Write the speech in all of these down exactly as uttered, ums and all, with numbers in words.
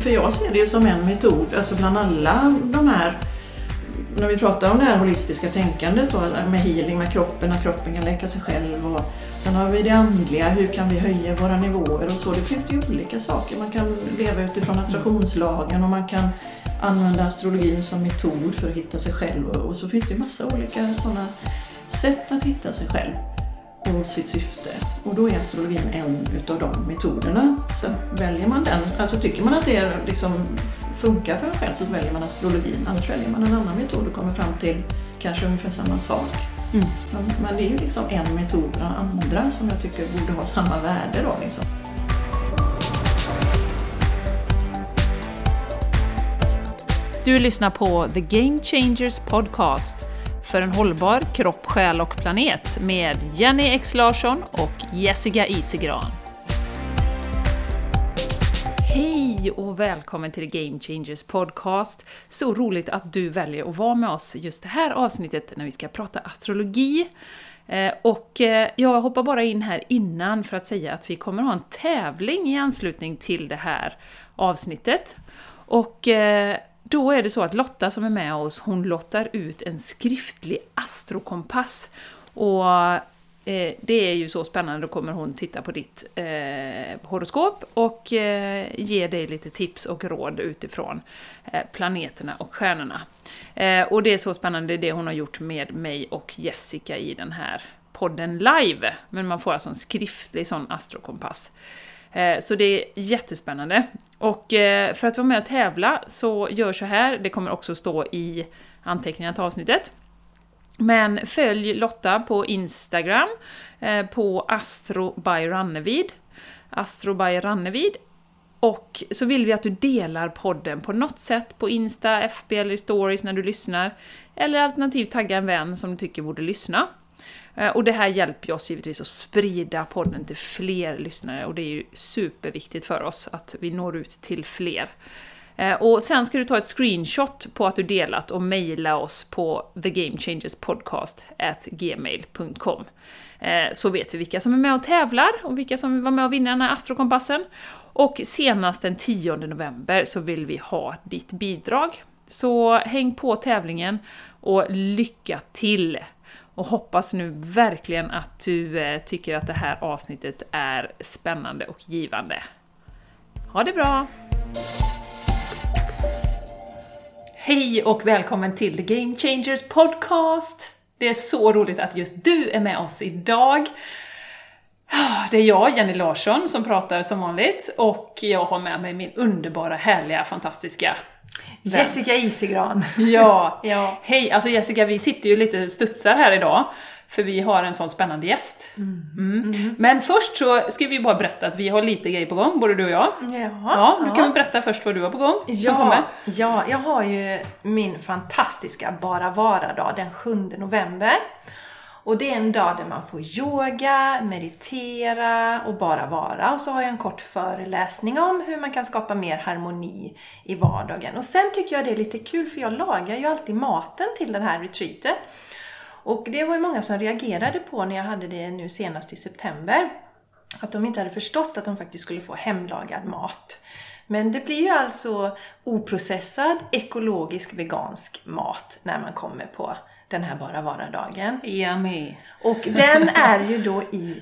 för jag ser det ju som en metod, alltså bland alla de här, när vi pratar om det här holistiska tänkandet då, med healing med kroppen, att kroppen kan läka sig själv, och sen har vi det andliga, hur kan vi höja våra nivåer och så. Det finns ju olika saker, man kan leva utifrån attraktionslagen och man kan använda astrologin som metod för att hitta sig själv, och så finns det ju massa olika sådana sätt att hitta sig själv och sitt syfte, och då är astrologin en utav de metoderna. Så väljer man den, alltså tycker man att det liksom funkar för en själv, så väljer man astrologin, annars väljer man en annan metod och kommer fram till kanske ungefär samma sak. Mm. Men, men det är ju liksom en metod bland andra som jag tycker borde ha samma värde då liksom. Du lyssnar på The Game Changers podcast för en hållbar kropp, själ och planet med Jenny X Larsson och Jessica Isigran. Hej och välkommen till The Game Changers podcast. Så roligt att du väljer att vara med oss just det här avsnittet när vi ska prata astrologi. Och jag hoppar bara in här innan för att säga att vi kommer ha en tävling i anslutning till det här avsnittet. Och då är det så att Lotta som är med oss, hon lottar ut en skriftlig astrokompass. Och eh, det är ju så spännande, då kommer hon titta på ditt eh, horoskop och eh, ge dig lite tips och råd utifrån eh, planeterna och stjärnorna. Eh, och det är så spännande det hon har gjort med mig och Jessica i den här podden live. Men man får alltså en skriftlig sån astrokompass. Så det är jättespännande. Och för att vara med och tävla så gör så här. Det kommer också stå i anteckningarna till avsnittet. Men följ Lotta på Instagram på Astro by Rannevid. Astro by Rannevid. Och så vill vi att du delar podden på något sätt på Insta, F B eller i stories när du lyssnar. Eller alternativt tagga en vän som du tycker borde lyssna. Och det här hjälper oss givetvis att sprida podden till fler lyssnare. Och det är ju superviktigt för oss att vi når ut till fler. Och sen ska du ta ett screenshot på att du delat och mejla oss på thegamechangerspodcast at gmail dot com. Så vet vi vilka som är med och tävlar och vilka som vill vara med och vinna den här astrokompassen. Och senast den tionde november så vill vi ha ditt bidrag. Så häng på tävlingen och lycka till! Och hoppas nu verkligen att du eh, tycker att det här avsnittet är spännande och givande. Ha det bra! Hej och välkommen till The Game Changers podcast! Det är så roligt att just du är med oss idag. Det är jag, Jenny Larsson, som pratar som vanligt. Och jag har med mig min underbara, härliga, fantastiska Jessica Isigran. Ja. ja. Hej, alltså Jessica, vi sitter ju lite studsar här idag. För vi har en sån spännande gäst. Mm. Mm. Mm. Men först så ska vi bara berätta att vi har lite grejer på gång, både du och jag. Jaha, ja, du ja. kan berätta först vad du har på gång. Ja, kommer. ja, jag har ju min fantastiska Bara Vara-dag den sjunde november. Och det är en dag där man får yoga, meditera och bara vara. Och så har jag en kort föreläsning om hur man kan skapa mer harmoni i vardagen. Och sen tycker jag det är lite kul, för jag lagar ju alltid maten till den här retreaten. Och det var ju många som reagerade på när jag hade det nu senast i september. Att de inte hade förstått att de faktiskt skulle få hemlagad mat. Men det blir ju alltså oprocessad, ekologisk, vegansk mat när man kommer på den här Bara Vara-dagen. Yummy. Och den är ju då i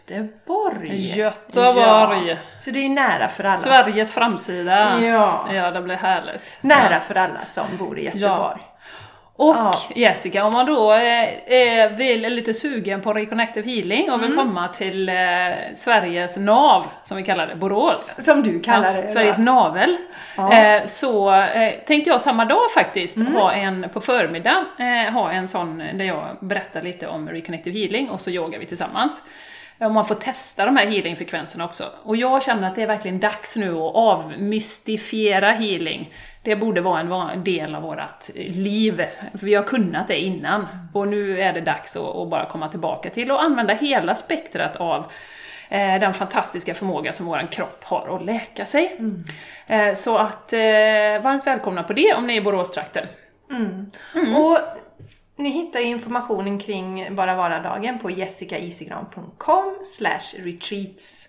Göteborg. Göteborg. Ja. Så det är ju nära för alla. Sveriges framsida. Ja. Ja, det blir härligt. Nära ja. för alla som bor i Göteborg. Ja. Och ja. Jessica, om man då är, vill, är lite sugen på Reconnective Healing och vill mm. komma till eh, Sveriges nav, som vi kallar det, Borås. Som du kallar det. Ja, Sveriges navel. Ja. Eh, så eh, tänkte jag samma dag faktiskt mm. ha en på förmiddag, eh, ha en sån där jag berättar lite om Reconnective Healing och så yogar vi tillsammans. Och man får testa de här healingfrekvenserna också. Och jag känner att det är verkligen dags nu att avmystifiera healing. Det borde vara en del av vårt liv. För vi har kunnat det innan. Och nu är det dags att bara komma tillbaka till och använda hela spektrat av eh, den fantastiska förmåga som vår kropp har att läka sig. Mm. Eh, så att eh, varmt välkomna på det om ni är i Boråstrakten. Mm. Mm. Och ni hittar informationen kring Bara Vara-dagen på jessicaisigran punkt com slash retreats.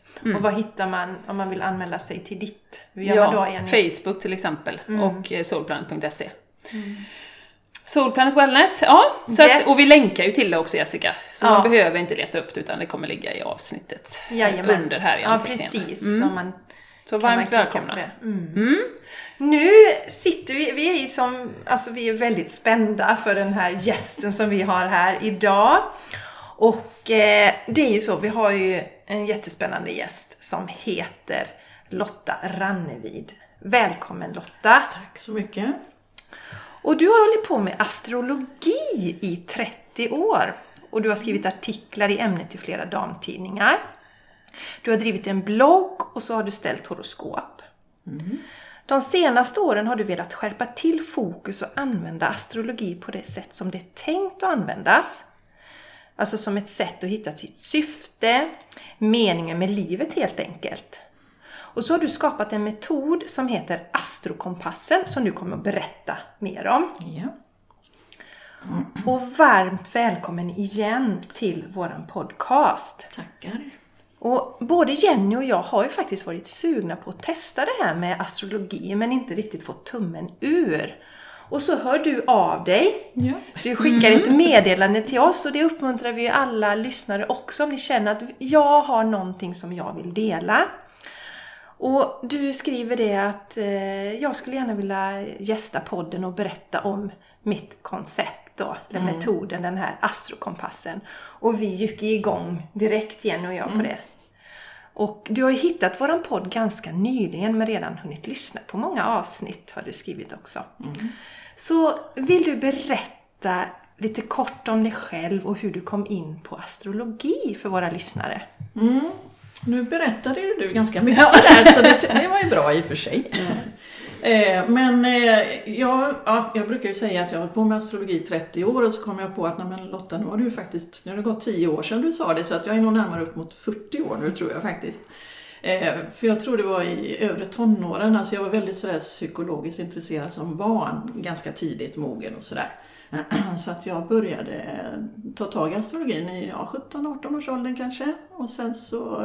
Mm. Och vad hittar man om man vill anmäla sig till ditt? Ja, då igen? Facebook till exempel mm. och soulplanet punkt se. Mm. Soulplanet Wellness, ja. Så yes. att, och vi länkar ju till det också, Jessica. Så ja. man behöver inte leta upp det, utan det kommer ligga i avsnittet. Jajamän. Under här i anteckningen. Ja, precis. Mm. Så, man, så varmt välkomna. Mm. Mm. Nu sitter vi, vi är ju som, alltså vi är väldigt spända för den här gästen som vi har här idag. Och eh, det är ju så, vi har ju en jättespännande gäst som heter Lotta Rannevid. Välkommen Lotta. Tack så mycket. Och du har hållit på med astrologi i trettio år. Och du har skrivit artiklar i ämnet i flera damtidningar. Du har drivit en blogg och så har du ställt horoskop. Mm. De senaste åren har du velat skärpa till fokus och använda astrologi på det sätt som det är tänkt att användas. Alltså som ett sätt att hitta sitt syfte, meningen med livet helt enkelt. Och så har du skapat en metod som heter astrokompassen som du kommer att berätta mer om. Ja. Och varmt välkommen igen till våran podcast. Tackar. Och både Jenny och jag har ju faktiskt varit sugna på att testa det här med astrologi men inte riktigt fått tummen ur. Och så hör du av dig. Ja. Du skickar ett meddelande till oss och det uppmuntrar vi alla lyssnare också om ni känner att jag har någonting som jag vill dela. Och du skriver det att eh, jag skulle gärna vilja gästa podden och berätta om mitt koncept då, eller mm. metoden, den här astrokompassen. Och vi gick igång direkt igen och jag mm. på det. Och du har ju hittat våran podd ganska nyligen men redan hunnit lyssna på många avsnitt har du skrivit också. Mm. Så vill du berätta lite kort om dig själv och hur du kom in på astrologi för våra lyssnare? Mm. Nu berättade ju du ganska mycket där så det, det var ju bra i och för sig. Mm. Eh, men eh, jag, ja, jag brukar ju säga att jag har hållit på med astrologi i trettio år och så kom jag på att nej, men Lotta, nu har du ju faktiskt, nu har det gått tio år sedan du sa det så att jag är nog närmare upp mot fyrtio år nu tror jag faktiskt. Eh, för jag tror det var i övre tonåren, alltså jag var väldigt sådär psykologiskt intresserad som barn, ganska tidigt mogen och sådär. Så att jag började ta tag i astrologin i ja, sjutton arton års åldern kanske. Och sen så,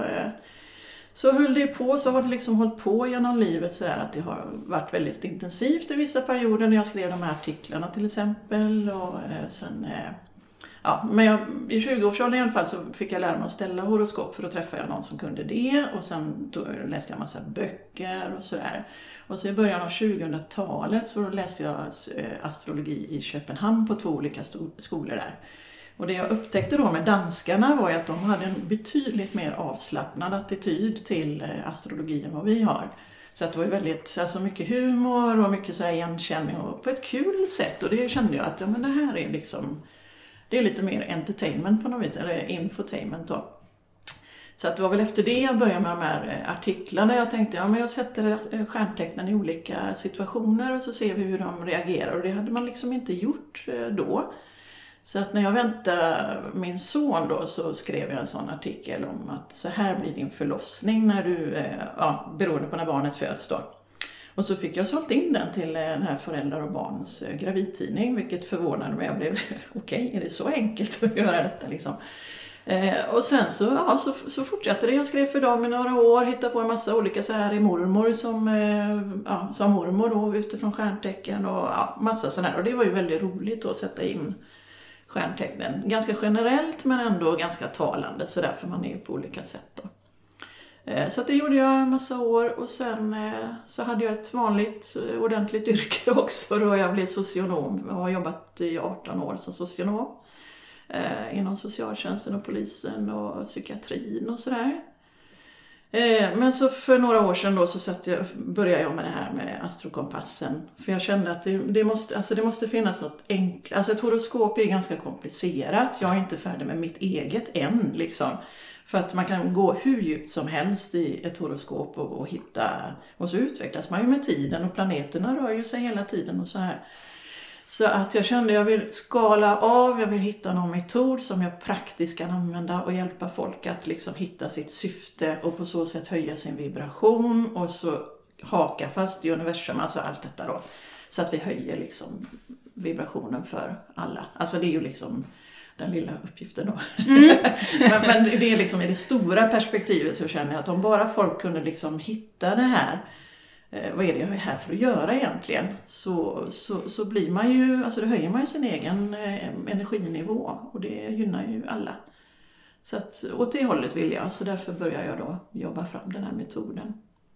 så höll det på, så har det liksom hållit på genom livet så där att det har varit väldigt intensivt i vissa perioder när jag skrev de här artiklarna till exempel. Och sen, ja, men jag, i tjugo-årsåldern i alla fall så fick jag lära mig att ställa horoskop för då träffade jag någon som kunde det. Och sen då läste jag en massa böcker och sådär. Och så i början av tjugohundratalet så läste jag astrologi i Köpenhamn på två olika skolor där. Och det jag upptäckte då med danskarna var ju att de hade en betydligt mer avslappnad attityd till astrologi än vad vi har. Så att det var väldigt, alltså mycket humor och mycket så här igenkänning och på ett kul sätt. Och det kände jag att ja, men det här är liksom, det är lite mer entertainment på något vis, eller infotainment då. Så att det var väl efter det jag började med de här artiklarna. Jag tänkte, ja men jag sätter stjärntecknen i olika situationer och så ser vi hur de reagerar. Och det hade man liksom inte gjort då. Så att när jag väntade min son då så skrev jag en sån artikel om att så här blir din förlossning när du, ja, beroende på när barnet föds då. Och så fick jag sålt in den till den här föräldrar och barns gravidtidning, vilket förvånade mig. Jag blev, okej, okay, är det så enkelt att göra detta liksom? Eh, och sen så, ja, så, så fortsatte det. Jag skrev för dem i några år, hittade på en massa olika så här i mormor som, eh, ja, som mormor då utifrån stjärntecken och ja, massa sådana här. Och det var ju väldigt roligt då att sätta in stjärntecknen. Ganska generellt men ändå ganska talande så därför man är ju på olika sätt då. Eh, så att det gjorde jag en massa år och sen eh, så hade jag ett vanligt eh, ordentligt yrke också då jag blev socionom. Jag har jobbat i arton år som socionom. Eh, inom socialtjänsten och polisen och psykiatrin och sådär. Eh, men så för några år sedan då så satt jag, började jag med det här med astrokompassen. För jag kände att det, det, måste, alltså det måste finnas något enkelt. Alltså ett horoskop är ganska komplicerat. Jag är inte färdig med mitt eget än liksom. För att man kan gå hur djupt som helst i ett horoskop och, och hitta. Och så utvecklas man ju med tiden och planeterna rör ju sig hela tiden och så här. Så att jag kände att jag vill skala av, jag vill hitta någon metod som jag praktiskt kan använda och hjälpa folk att liksom hitta sitt syfte och på så sätt höja sin vibration och så haka fast i universum, alltså allt detta då. Så att vi höjer liksom vibrationen för alla. Alltså det är ju liksom den lilla uppgiften då. Mm. men, men det är liksom i det stora perspektivet så känner jag att om bara folk kunde liksom hitta det här, eh, vad är det jag är här för att göra egentligen, så, så, så blir man ju, alltså det höjer man ju sin egen eh, energinivå och det gynnar ju alla. Så att åt det hållet vill jag, så därför börjar jag då jobba fram den här metoden.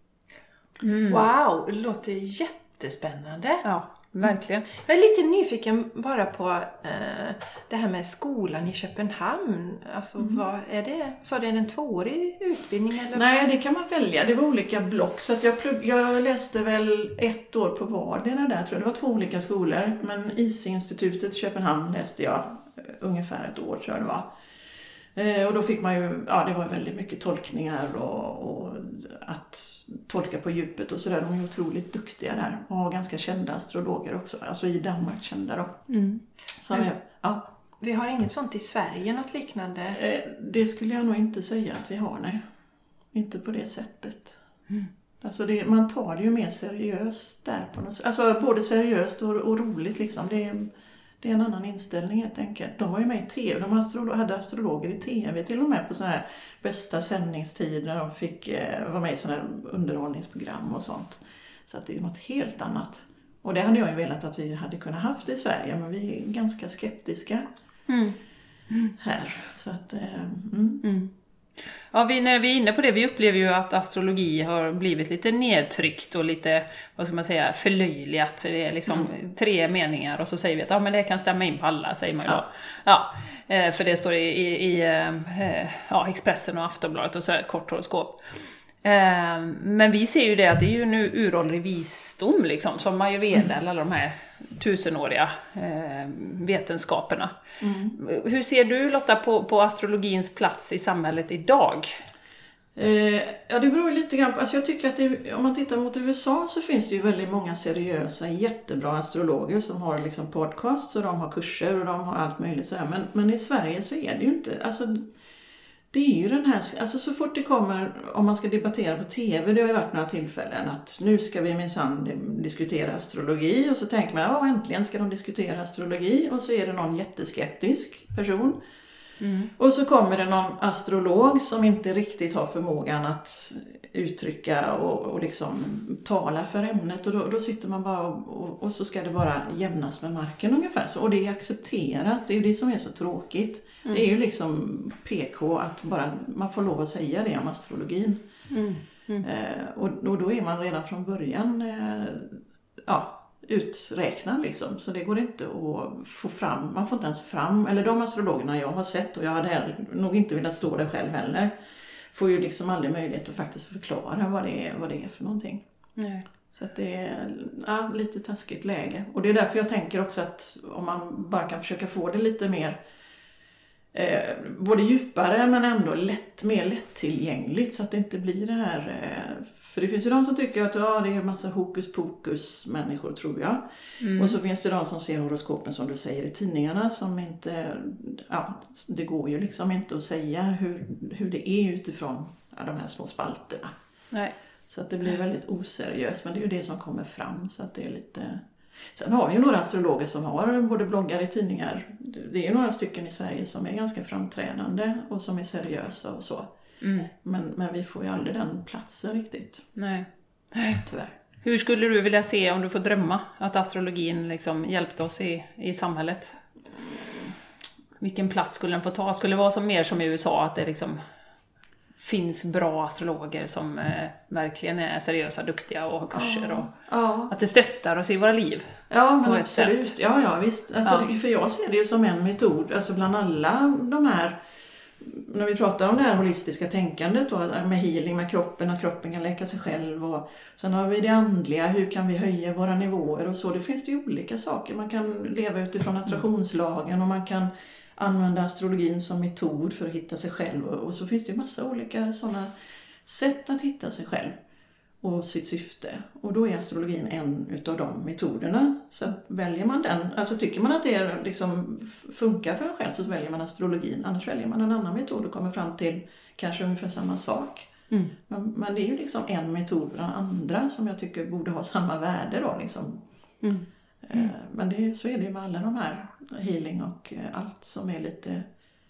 Mm. Wow, det låter jättespännande. Ja, verkligen. Jag är lite nyfiken bara på eh, det här med skolan i Köpenhamn. Alltså, mm. vad är det? Så det är en tvåårig utbildning? Eller? Nej, det kan man välja. Det var olika block. Så att jag, plugg, jag läste väl ett år på vardera där, tror jag. Det var två olika skolor. Men I C E-institutet i Köpenhamn läste jag ungefär ett år, tror jag det var. Och då fick man ju, ja det var väldigt mycket tolkningar och, och att tolka på djupet och sådär. De är otroligt duktiga där och har ganska kända astrologer också, alltså i Danmark kända då. Mm. Så, Men, ja. Vi har inget sånt i Sverige, något liknande? Det skulle jag nog inte säga att vi har, nej. Inte på det sättet. Mm. Alltså det, man tar det ju mer seriöst där på något sätt. Alltså både seriöst och, och roligt liksom. Det är... Det är en annan inställning helt enkelt. De var ju med i tv, de astrolo- hade astrologer i tv till och med på sådana här bästa sändningstider. De fick eh, vara med i sådana här underhållningsprogram och sånt. Så att det är ju något helt annat. Och det hade jag ju velat att vi hade kunnat haft i Sverige, men vi är ganska skeptiska mm. Mm. här. Så att, eh, mm. Mm. Ja, vi, när vi är inne på det, vi upplever ju att astrologi har blivit lite nedtryckt och lite, vad ska man säga, förlöjligat. Det är liksom mm. tre meningar och så säger vi att ja, men det kan stämma in på alla, säger man ju då. Ja. Ja, för det står i, i, i ja, Expressen och Aftonbladet och så ett kort horoskop. Men vi ser ju det att det är ju nu uråldrig visdom liksom, som Ayurveda eller alla de här tusenåriga eh, vetenskaperna. Mm. Hur ser du, Lotta, på, på astrologins plats i samhället idag? Eh, ja, det beror lite grann på, alltså jag tycker att det, om man tittar mot U S A så finns det ju väldigt många seriösa, jättebra astrologer som har liksom podcasts och de har kurser och de har allt möjligt så här. Men, men i Sverige så är det ju inte, alltså det är ju den här, alltså så fort det kommer, om man ska debattera på tv, det har ju varit några tillfällen att nu ska vi minsann diskutera astrologi och så tänker man, ja äntligen ska de diskutera astrologi och så är det någon jätteskeptisk person. Mm. Och så kommer det någon astrolog som inte riktigt har förmågan att uttrycka och, och liksom tala för ämnet och då, då sitter man bara och, och, och så ska det bara jämnas med marken ungefär. Så, och det är accepterat, det är ju det som är så tråkigt. Mm. Det är ju liksom P K att bara, man får lov att säga det om astrologin. Mm. Mm. Eh, och, och då är man redan från början eh, ja, uträknad liksom. Så det går inte att få fram, man får inte ens fram, eller de astrologerna jag har sett och jag hade heller, nog inte velat stå där själv heller, får ju liksom aldrig möjlighet att faktiskt förklara vad det är, vad det är för någonting. Nej. Så att det är ja, lite taskigt läge. Och det är därför jag tänker också att om man bara kan försöka få det lite mer eh, både djupare men ändå lätt, mer lättillgängligt så att det inte blir det här eh, för det finns ju de som tycker att ja, det är en massa hokus pokus människor tror jag. Mm. Och så finns det de som ser horoskopen som du säger i tidningarna som inte, ja, det går ju liksom inte att säga hur, hur det är utifrån ja, de här små spalterna. Nej. Så att det blir väldigt oseriöst, men det är ju det som kommer fram så att det är lite... Sen har vi ju några astrologer som har både bloggar i tidningar. Det är ju några stycken i Sverige som är ganska framträdande och som är seriösa och så. Mm. Men, men vi får ju aldrig den platsen riktigt. Nej. Nej. Tyvärr. Hur skulle du vilja se om du får drömma att astrologin liksom hjälpte oss i, i samhället? Vilken plats skulle den få ta? Skulle det vara som mer som i U S A att det liksom finns bra astrologer som eh, verkligen är seriösa, duktiga och har kurser och ja. Att det stöttar oss i våra liv? Ja, men absolut. Ja, ja, visst. Alltså, ja. För jag ser det ju som en metod, alltså bland alla de här, när vi pratar om det här holistiska tänkandet då, med healing, med kroppen, att kroppen kan läka sig själv och sen har vi det andliga, hur kan vi höja våra nivåer och så, det finns det ju olika saker, man kan leva utifrån attraktionslagen och man kan använda astrologin som metod för att hitta sig själv och så finns det ju massa olika sådana sätt att hitta sig själv och sitt syfte och då är astrologin en utav de metoderna så väljer man den, alltså tycker man att det liksom funkar för en själv så väljer man astrologin, annars väljer man en annan metod och kommer fram till kanske ungefär samma sak mm. men, men det är ju liksom en metod bland andra som jag tycker borde ha samma värde då liksom mm. Mm. Men det, så är det ju med alla de här healing och allt som är lite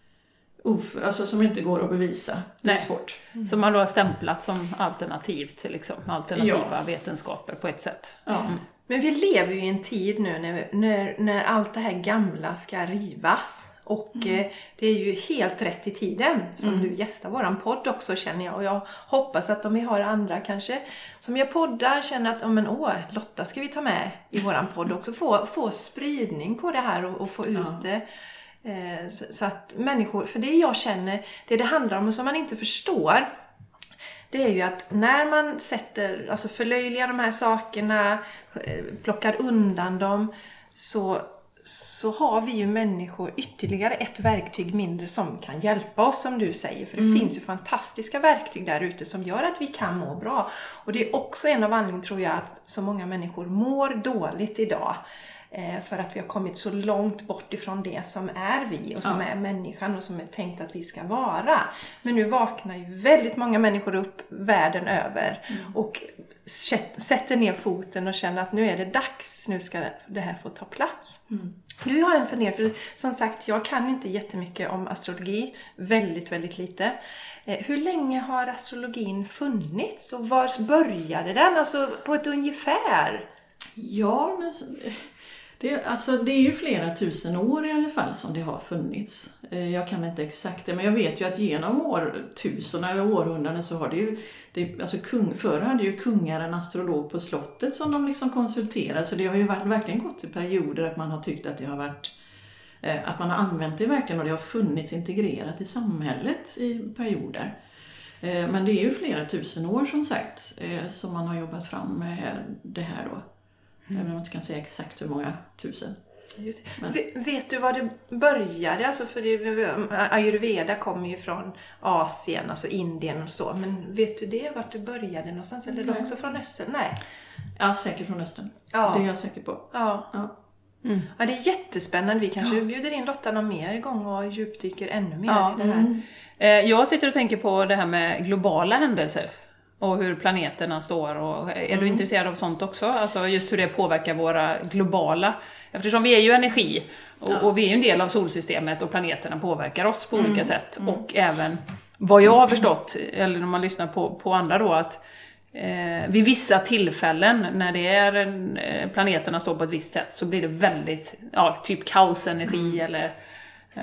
of, alltså som inte går att bevisa. Det är Nej. svårt. Mm. Som man då har stämplat som alternativt, liksom, alternativa ja. vetenskaper på ett sätt. Ja. Mm. Men vi lever ju i en tid nu när, när, när allt det här gamla ska rivas. Och mm. eh, det är ju helt rätt i tiden som mm. du gästar våran podd också, känner jag. Och jag hoppas att om vi har andra kanske som jag poddar känner att, oh, men, åh, Lotta ska vi ta med i våran podd också. Få, få spridning på det här och, och få ut ja. det. Eh, så, så att människor, för det jag känner, det det handlar om och som man inte förstår, det är ju att när man sätter, alltså förlöjligar de här sakerna, plockar undan dem, så, så har vi ju människor ytterligare ett verktyg mindre som kan hjälpa oss, som du säger. För det mm. finns ju fantastiska verktyg där ute som gör att vi kan må bra. Och det är också en av anledningarna, tror jag, att så många människor mår dåligt idag. För att vi har kommit så långt bort ifrån det som är vi och som ja. är människan och som är tänkt att vi ska vara. Men nu vaknar ju väldigt många människor upp världen över mm. och sätter ner foten och känner att nu är det dags, nu ska det här få ta plats. Mm. Nu har jag en fundering, för som sagt, jag kan inte jättemycket om astrologi, väldigt, väldigt lite. Hur länge har astrologin funnits och var började den? Alltså på ett ungefär? Ja, men... Det, alltså, det är ju flera tusen år i alla fall som det har funnits. Jag kan inte exakt det, men jag vet ju att genom årtusen eller århundraden så har det ju... Det, alltså kung, förr hade ju kungar en astrolog på slottet som de liksom konsulterade. Så det har ju varit, verkligen gått i perioder att man har tyckt att det har varit... Att man har använt det verkligen och det har funnits integrerat i samhället i perioder. Men det är ju flera tusen år som sagt som man har jobbat fram med det här då. Mm. Även om man inte kan säga exakt hur många tusen. Just det. Vet du vad det började? Alltså för det, Ayurveda kommer ju från Asien, alltså Indien och så. Men vet du det, vart det började någonstans? Eller är det också från Östern? Nej. Ja, säkert från Östern. Ja. Det är jag säker på. Ja. Ja. Mm. Ja, det är jättespännande. Vi kanske ja. bjuder in Lotta någon mer igång och djupdyker ännu mer ja. i det här. Mm. Jag sitter och tänker på det här med globala händelser. Och hur planeterna står. Och är mm. du intresserad av sånt också? Alltså just hur det påverkar våra globala... Eftersom vi är ju energi. Och, ja. och vi är ju en del av solsystemet. Och planeterna påverkar oss på mm. olika sätt. Mm. Och även vad jag har förstått. Eller när man lyssnar på, på andra då. Att eh, vid vissa tillfällen. När det är en, planeterna står på ett visst sätt. Så blir det väldigt... Ja, typ kaosenergi mm. eller... Uh,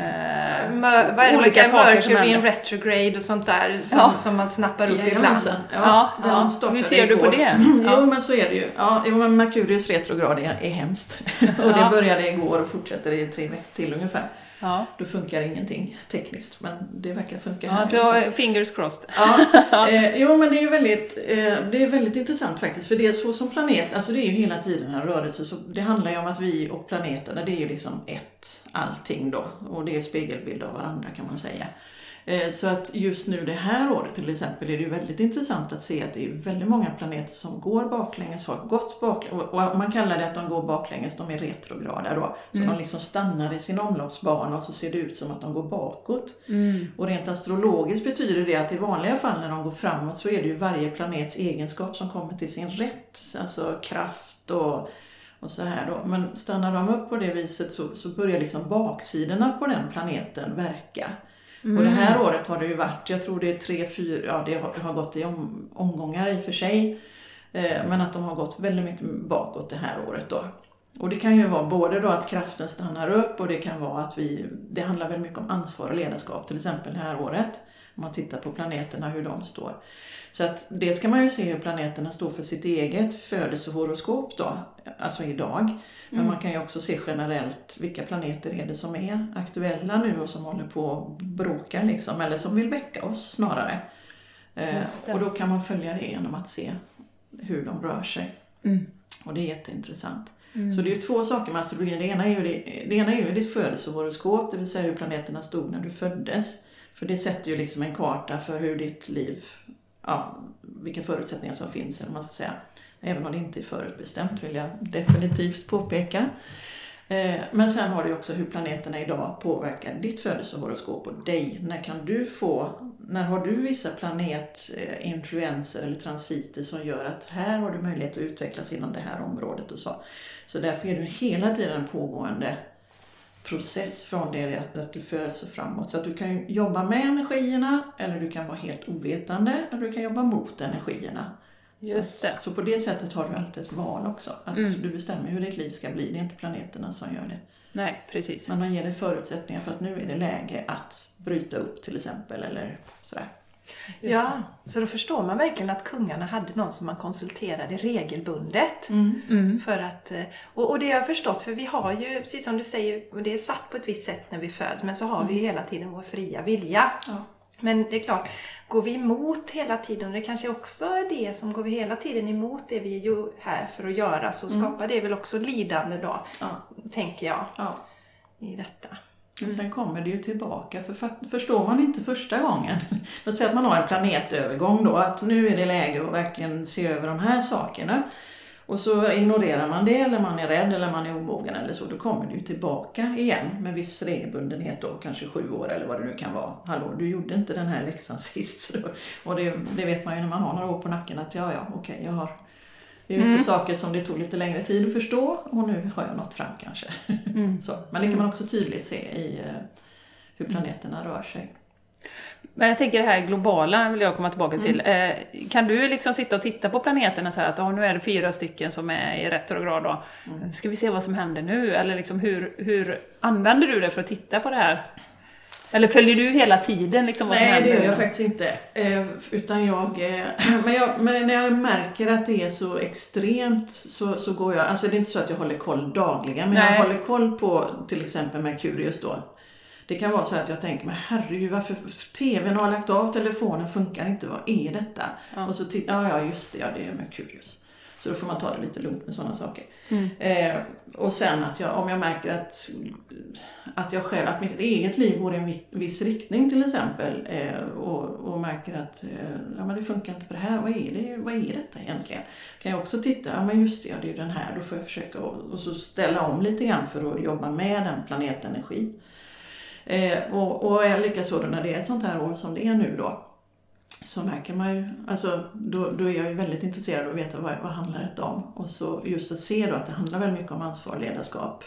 Mör, vad är det olika saker som Mercury in retrograde och sånt där som, ja. som man snappar upp ja, ibland. Ja, ja, ja. Hur ser du på det? Ja. Jo, men så är det ju. Ja, jo, men Merkurius retrograd är, är hemskt. och det började igår och fortsätter i tre veckor till ungefär. Ja. Då funkar ingenting tekniskt, men det verkar funka här. Ja, jag fingers crossed. Ja, eh, jo, men det är ju väldigt, eh, det är väldigt intressant faktiskt, för det är så som planet, alltså det är ju hela tiden en rörelse, så det handlar ju om att vi och planeterna, det är ju liksom ett, allting då, och det är spegelbild av varandra kan man säga. Eh, så att just nu det här året till exempel är det ju väldigt intressant att se att det är väldigt många planeter som går baklänges, har gått baklänges, och man kallar det att de går baklänges, de är retrograda då, så mm. de liksom stannar i sin omloppsbana och så ser det ut som att de går bakåt. Mm. Och rent astrologiskt betyder det att i vanliga fall när de går framåt så är det ju varje planets egenskap som kommer till sin rätt, alltså kraft och, och så här då. Men stannar de upp på det viset så, så börjar liksom baksidorna på den planeten verka. Mm. Och det här året har det ju varit, jag tror det är tre, fyra, ja det har, har gått i om, omgångar i och för sig. Eh, men att de har gått väldigt mycket bakåt det här året då. Och det kan ju vara både då att kraften stannar upp och det kan vara att vi, det handlar väldigt mycket om ansvar och ledarskap till exempel det här året. Om man tittar på planeterna, hur de står. Så att det ska man ju se hur planeterna står för sitt eget födelsehoroskop då, alltså idag. Men mm. man kan ju också se generellt vilka planeter är det som är aktuella nu och som håller på att bråka liksom, eller som vill väcka oss snarare. Eh, och då kan man följa det genom att se hur de rör sig. Mm. Och det är jätteintressant. Mm. Så det är ju två saker med astrologin. Det ena är ju, det, det ena är ju ditt födelsehoroskop, det vill säga hur planeterna stod när du föddes. För det sätter ju liksom en karta för hur ditt liv, ja, vilka förutsättningar som finns, eller man ska säga. Även om det inte är förutbestämt vill jag definitivt påpeka. Eh, men sen har du också hur planeterna idag påverkar ditt födelsehoroskop och dig. När kan du få när har du vissa planetinfluenser eller transiter som gör att här har du möjlighet att utvecklas inom det här området och så. Så därför är det hela tiden en pågående process från det att du föds och framåt. Så att du kan jobba med energierna, eller du kan vara helt ovetande, eller du kan jobba mot energierna. Just så, det. så på det sättet har du alltid ett val också. Att Mm. du bestämmer hur ditt liv ska bli. Det är inte planeterna som gör det. Nej, precis. Men man ger dig förutsättningar för att nu är det läge att bryta upp till exempel. Eller sådär. Ja, så då förstår man verkligen att kungarna hade någon som man konsulterade regelbundet. Mm. Mm. För att, och, och det har jag förstått, för vi har ju, precis som du säger, det är satt på ett visst sätt när vi föds, men så har vi hela tiden vår fria vilja. Ja. Men det är klart, går vi emot hela tiden, och det kanske också är det som går vi hela tiden emot det vi är ju här för att göra, så skapar det väl också lidande då, Ja. tänker jag, Ja. i detta. Och sen kommer det ju tillbaka, för för- förstår man inte första gången, låt säga att man har en planetövergång då, att nu är det läge att verkligen se över de här sakerna, och så ignorerar man det, eller man är rädd, eller man är omogen eller så, då kommer det ju tillbaka igen med viss regelbundenhet då, kanske sju år eller vad det nu kan vara. Hallå, du gjorde inte den här läxan sist, så då, och det, det vet man ju när man har några år på nacken, att ja, ja, okej, jag har det är vissa Mm. saker som det tog lite längre tid att förstå, och nu har jag nått fram kanske. Mm. Så, men det kan man också tydligt se i eh, hur planeterna rör sig. Men jag tänker det här globala vill jag komma tillbaka till. Eh, kan du liksom sitta och titta på planeterna så här att oh, nu är det fyra stycken som är i retrograd då. Mm. Ska vi se vad som händer nu? Eller liksom hur, hur använder du det för att titta på det här? Eller följer du hela tiden liksom vad som Nej, händer? det gör jag faktiskt inte. Eh, utan jag, eh, men, jag, men när jag märker att det är så extremt så, så går jag, alltså det är inte så att jag håller koll dagligen, men Nej. jag håller koll på till exempel Merkurius då. Det kan vara så att jag tänker, men herregud, varför tvn har lagt av, telefonen funkar inte, vad är detta? Ja. Och så tittar ja, ja just det, ja det är Merkurius. Så då får man ta det lite lugnt med sådana saker. Mm. Eh, och sen att jag, om jag märker att, att jag själv, att mitt eget liv går i en viss riktning till exempel, eh, och, och märker att eh, ja, men det funkar inte på det här, vad är det, vad är detta egentligen? Kan jag också titta, ja men just det, ja, det är ju den här, då får jag försöka och, och så ställa om lite grann för att jobba med den planetenergin. Eh, och, och är likaså då när det är ett sånt här år som det är nu då, så märker man ju, alltså då, då är jag ju väldigt intresserad av att veta vad, vad handlar det om. Och så just att se då att det handlar väldigt mycket om ansvar, ledarskap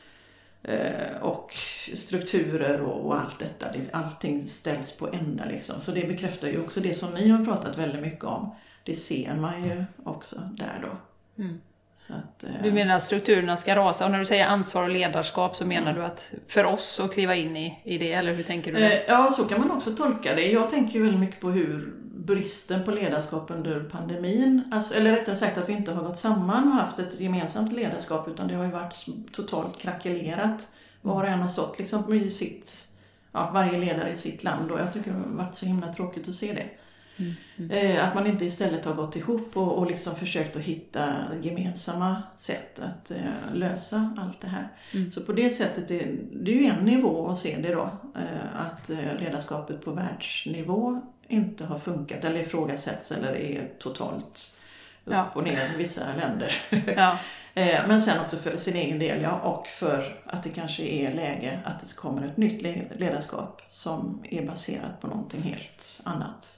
eh, och strukturer och, och allt detta. Det, allting ställs på ända liksom. Så det bekräftar ju också det som ni har pratat väldigt mycket om. Det ser man ju också där då. Mm. Så att, eh, Du menar att strukturerna ska rasa, och när du säger ansvar och ledarskap så menar du att för oss att kliva in i, i det, eller hur tänker du? Eh, ja, så kan man också tolka det. Jag tänker ju väldigt mycket på hur bristen på ledarskap under pandemin, alltså, eller rättare sagt att vi inte har gått samman och haft ett gemensamt ledarskap, utan det har ju varit totalt krackelerat. Var och en har stått liksom i sitt, ja, varje ledare i sitt land, och jag tycker det har varit så himla tråkigt att se det. Mm. Mm. Eh, att man inte istället har gått ihop och, och liksom försökt att hitta gemensamma sätt att eh, lösa allt det här. Mm. Så på det sättet är det är ju en nivå att se det då. Eh, att eh, ledarskapet på världsnivå inte har funkat eller ifrågasätts eller är totalt upp Ja. och ner i vissa länder. Ja. eh, men sen också för sin egen del, ja, och för att det kanske är läge att det kommer ett nytt ledarskap som är baserat på någonting helt annat.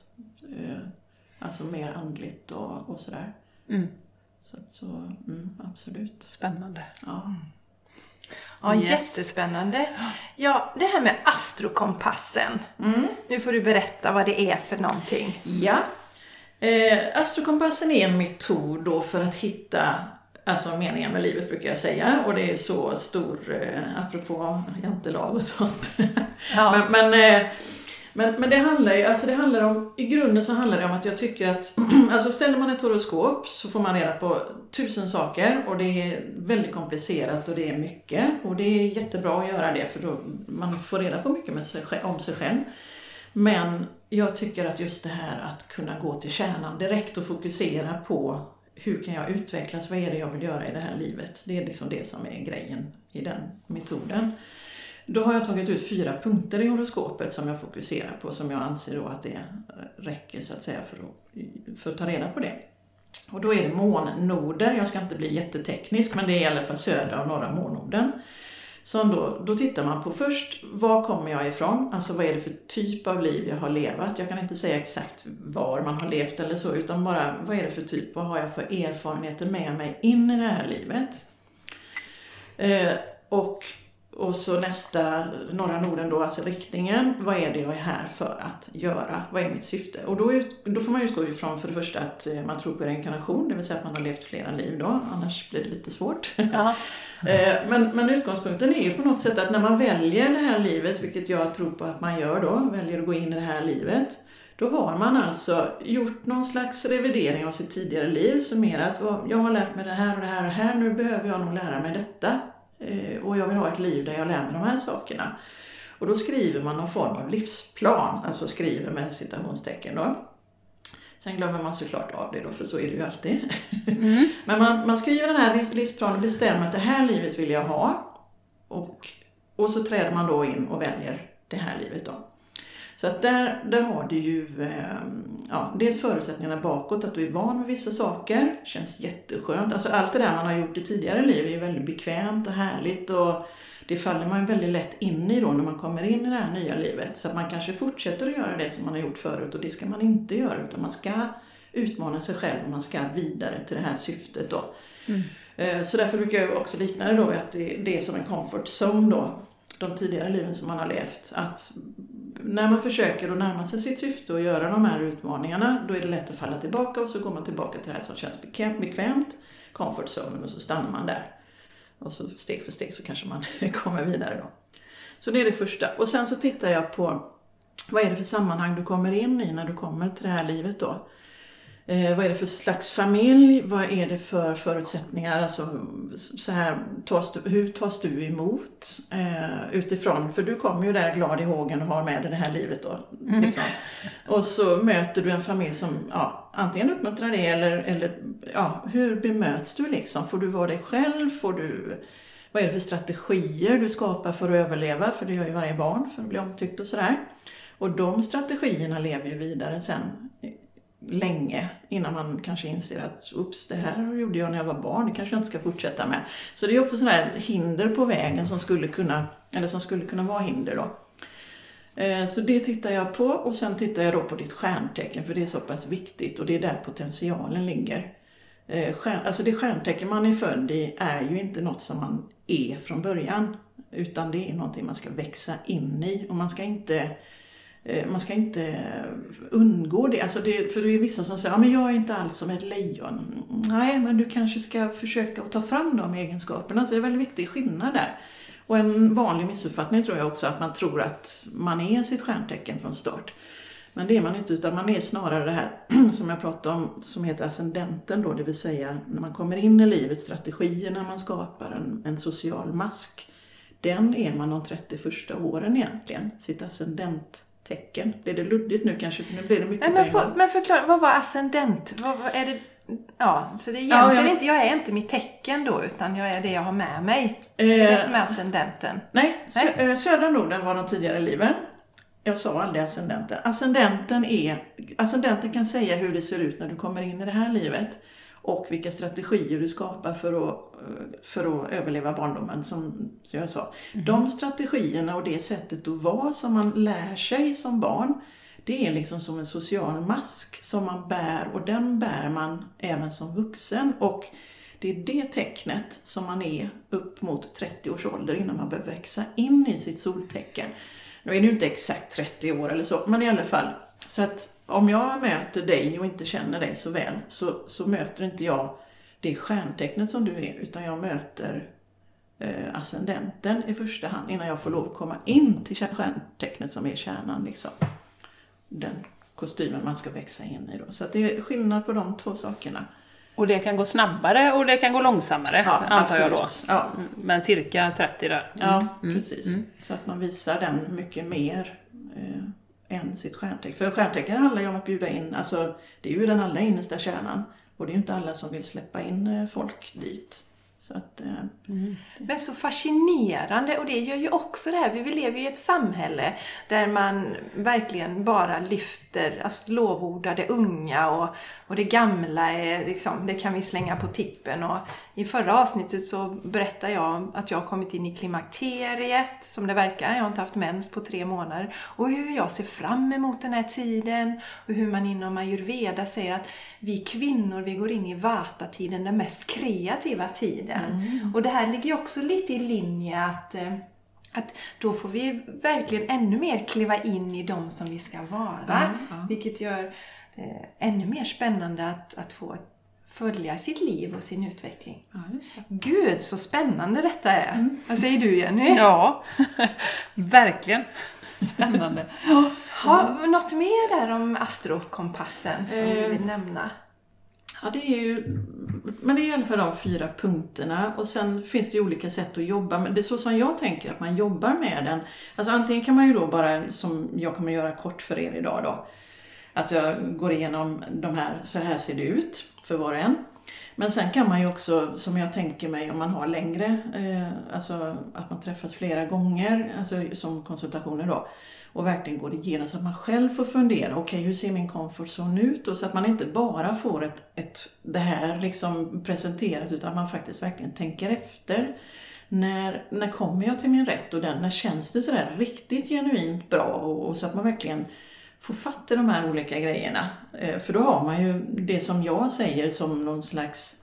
Alltså mer andligt och, och sådär. Mm. Så, att så mm, absolut. Spännande. Ja. Ja, Yes. jättespännande. Ja, det här med astrokompassen. Mm. Nu får du berätta vad det är för någonting. Ja. Eh, astrokompassen är en metod då för att hitta, alltså meningen med livet brukar jag säga, och det är så stor, eh, apropå jantelag och sånt. Ja. men, men eh, Men, men det handlar ju, alltså det handlar om, i grunden så handlar det om att jag tycker att, alltså ställer man ett horoskop så får man reda på tusen saker, och det är väldigt komplicerat och det är mycket, och det är jättebra att göra det för då man får reda på mycket med sig, om sig själv. Men jag tycker att just det här att kunna gå till kärnan direkt och fokusera på hur kan jag utvecklas, vad är det jag vill göra i det här livet, det är liksom det som är grejen i den metoden. Då har jag tagit ut fyra punkter i horoskopet som jag fokuserar på, som jag anser då att det räcker så att säga för att, för att ta reda på det. Och då är det månnoder, jag ska inte bli jätteteknisk, men det är i alla fall södra och norra månorden. Som då, då tittar man på först, var kommer jag ifrån? Alltså vad är det för typ av liv jag har levat? Jag kan inte säga exakt var man har levt eller så, utan bara vad är det för typ? Vad har jag för erfarenheter med mig in i det här livet? Eh, och, och så nästa, norra Norden då, alltså riktningen. Vad är det jag är här för att göra? Vad är mitt syfte? Och då, ut, då får man utgå ifrån för det första att man tror på reinkarnation, det vill säga att man har levt flera liv då, annars blir det lite svårt. Ja. Men, men utgångspunkten är ju på något sätt att när man väljer det här livet, vilket jag tror på att man gör då, väljer att gå in i det här livet, då har man alltså gjort någon slags revidering av sitt tidigare liv, summerat vad jag har lärt mig det här och det här och det här, nu behöver jag nog lära mig detta och jag vill ha ett liv där jag lär mig de här sakerna. Och då skriver man någon form av livsplan, alltså skriver med citationstecken då. Sen glömmer man såklart av det då, för så är det ju alltid. Mm. Men man, man skriver den här livsplanen och bestämmer att det här livet vill jag ha. Och, och så träder man då in och väljer det här livet då. Så att där, där har du ju eh, ja, dels förutsättningarna bakåt, att du är van med vissa saker. Känns jätteskönt. Alltså allt det där man har gjort i tidigare liv är ju väldigt bekvämt och härligt. Och det faller man väldigt lätt in i då när man kommer in i det här nya livet. Så att man kanske fortsätter att göra det som man har gjort förut. Och det ska man inte göra, utan man ska utmana sig själv och man ska vidare till det här syftet då. Mm. Så därför brukar jag också likna det då att det är som en comfort zone då. De tidigare liven som man har levt. Att när man försöker att närma sig sitt syfte och göra de här utmaningarna, då är det lätt att falla tillbaka och så går man tillbaka till det här som känns bekvämt, comfort zone, och så stannar man där. Och så steg för steg så kanske man kommer vidare då. Så det är det första. Och sen så tittar jag på vad är det för sammanhang du kommer in i när du kommer till det här livet då. Eh, vad är det för slags familj? Vad är det för förutsättningar? Alltså, så här, tas du, hur tas du emot eh, utifrån? För du kommer ju där glad i hågen och har med dig det här livet då. Mm. Liksom. Och så möter du en familj som ja, antingen uppmuntrar det eller, eller ja, hur bemöts du liksom? Får du vara dig själv? Får du, vad är det för strategier du skapar för att överleva? För det gör ju varje barn för att bli omtyckt och sådär. Och de strategierna lever ju vidare sen länge innan man kanske inser att ups, det här gjorde jag när jag var barn, det kanske jag inte ska fortsätta med. Så det är också sådana här hinder på vägen som skulle kunna, eller som skulle kunna vara hinder då. Så det tittar jag på, och sen tittar jag då på ditt stjärntecken, för det är så pass viktigt och det är där potentialen ligger. Alltså det stjärntecken man är född i är ju inte något som man är från början, utan det är någonting man ska växa in i, och man ska inte Man ska inte undgå det. Alltså det. För det är vissa som säger, ja, men jag är inte alls som ett lejon. Nej, men du kanske ska försöka att ta fram de egenskaperna. Så det är väldigt viktig skillnad där. Och en vanlig missuppfattning tror jag också, att man tror att man är sitt stjärntecken från start. Men det är man inte, utan man är snarare det här som jag pratade om, som heter ascendenten då. Det vill säga när man kommer in i livet, strategierna man skapar, en, en social mask. Den är man de trettio första åren egentligen, sitt ascendent. Tecken. Blir det luddigt nu kanske, för nu blir det mycket Nej, men, för, men förklara, vad var ascendent? Vad, vad är det? Ja, så det är egentligen ja, jag... inte, jag är inte mitt tecken då, utan jag är det jag har med mig. Eh, det är det som är ascendenten. Nej, nej. Sö- södra Norden var de tidigare liven. Jag sa aldrig ascendenten. Ascendenten är, ascendenten kan säga hur det ser ut när du kommer in i det här livet. Och vilka strategier du skapar för att, för att överleva barndomen, som, som jag sa. Mm. De strategierna och det sättet att vara som man lär sig som barn, det är liksom som en social mask som man bär, och den bär man även som vuxen. Och det är det tecknet som man är upp mot trettio års ålder innan man behöver växa in i sitt soltecken. Nu är det ju inte exakt trettio år eller så, men i alla fall. Så att om jag möter dig och inte känner dig så väl, så, så möter inte jag det stjärntecknet som du är, utan jag möter eh, ascendenten i första hand innan jag får lov att komma in till stjärntecknet som är kärnan, liksom. Den kostymen man ska växa in i då. Så att det är skillnad på de två sakerna. Och det kan gå snabbare och det kan gå långsammare, ja, antar jag då. Ja. Men cirka trettio där. Mm. Ja, precis. Mm. Så att man visar den mycket mer eh, än sitt stjärntecken. För stjärntecken handlar ju om att bjuda in, alltså det är ju den allra innersta kärnan. Och det är ju inte alla som vill släppa in folk dit. Så att, mm. Men så fascinerande, och det gör ju också det här, vi lever ju i ett samhälle där man verkligen bara lyfter, alltså lovordar det unga och, och det gamla är liksom, det kan vi slänga på tippen. Och i förra avsnittet så berättade jag att jag har kommit in i klimakteriet, som det verkar, jag har inte haft mens på tre månader, och hur jag ser fram emot den här tiden, och hur man inom ayurveda säger att vi kvinnor, vi går in i vata-tiden, den mest kreativa tiden. Mm. Och det här ligger ju också lite i linje att, att då får vi verkligen ännu mer kliva in i dem som vi ska vara. Mm. Mm. Vilket gör det ännu mer spännande att, att få följa sitt liv och sin utveckling. Ja, Gud, så spännande detta är. Mm. Vad säger du, Jenny? Ja, verkligen spännande. Har något mer där om astrokompassen som eh. du vill nämna? Ja, det är ju, men det är i alla fall de fyra punkterna, och sen finns det ju olika sätt att jobba med. Det är så som jag tänker att man jobbar med den. Alltså antingen kan man ju då bara, som jag kommer göra kort för er idag då, att jag går igenom de här, så här ser det ut för var och en. Men sen kan man ju också, som jag tänker mig, om man har längre, eh, alltså att man träffas flera gånger, alltså som konsultationer då, och verkligen går igenom så att man själv får fundera, okej, okay, hur ser min comfort zone ut? Och så att man inte bara får ett, ett, det här liksom presenterat, utan man faktiskt verkligen tänker efter. När, när kommer jag till min rätt, och den, när känns det sådär riktigt genuint bra, och, och så att man verkligen får fatt i de här olika grejerna. Eh, för då har man ju det som jag säger som någon slags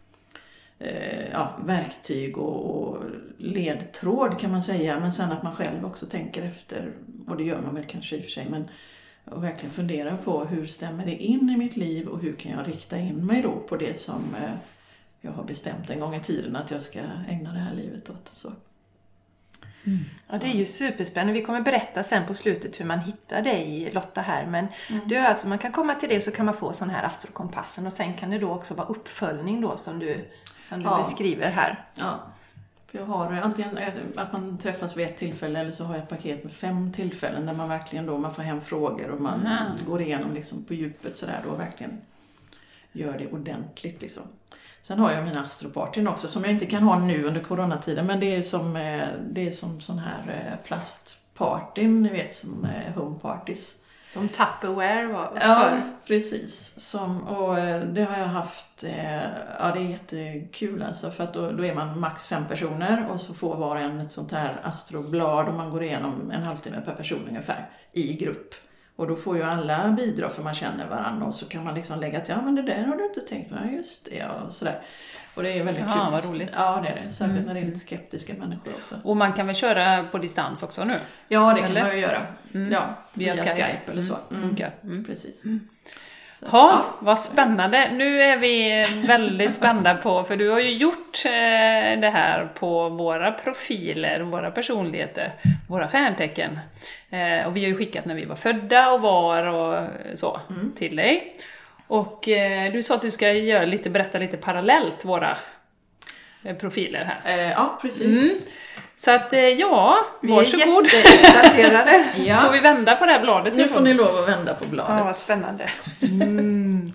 eh, ja, verktyg och, och ledtråd kan man säga. Men sen att man själv också tänker efter, och det gör man väl kanske i och för sig, men och verkligen fundera på hur stämmer det in i mitt liv, och hur kan jag rikta in mig då på det som eh, jag har bestämt en gång i tiden att jag ska ägna det här livet åt. Så. Mm. Ja, det är ju superspännande. Vi kommer berätta sen på slutet hur man hittar dig, Lotta, här. Men mm. du, alltså, man kan komma till det, så kan man få sån här astrokompassen, och sen kan det då också vara uppföljning då som du, som du ja. beskriver här. Ja, för jag har antingen att man träffas vid ett tillfälle, eller så har jag ett paket med fem tillfällen där man verkligen då, man får hem frågor och man mm. går igenom liksom på djupet sådär då, och verkligen gör det ordentligt liksom. Sen har jag min astropartyn också, som jag inte kan ha nu under coronatiden, men det är som, det är som sån här plastpartyn, ni vet, som home parties. Som Tupperware var för. Ja, precis. Som, och det har jag haft, ja, det är jättekul alltså, för att då, då är man max fem personer, och så får var en ett sånt här astroblad, och man går igenom en halvtimme per person ungefär i grupp. Och då får ju alla bidra, för man känner varandra, och så kan man liksom lägga till, ja men det där har du inte tänkt på, ja, just det, och sådär. Och det är väldigt ja, kul. Vad roligt. Ja, det är det. Särskilt mm. när det är lite skeptiska människor också. Och man kan väl köra på distans också nu? Ja, det eller? kan man ju göra. Mm. Ja, via, via Skype. Skype eller så. Mm. Mm. Mm. Precis. Mm. Så, ha, ja, vad spännande. Nu är vi väldigt spända på, för du har ju gjort eh, det här på våra profiler, våra personligheter, våra stjärntecken. Eh, och vi har ju skickat när vi var födda och var och så mm. till dig. Och eh, du sa att du ska göra lite, berätta lite parallellt våra eh, profiler här. Eh, ja, precis. Mm. Så att, ja, vi varsågod. Vi är jätteuppdaterade. Ja. Får vi vända på det här bladet? Nu får ni lov att vända på bladet. Ja, vad spännande. Mm.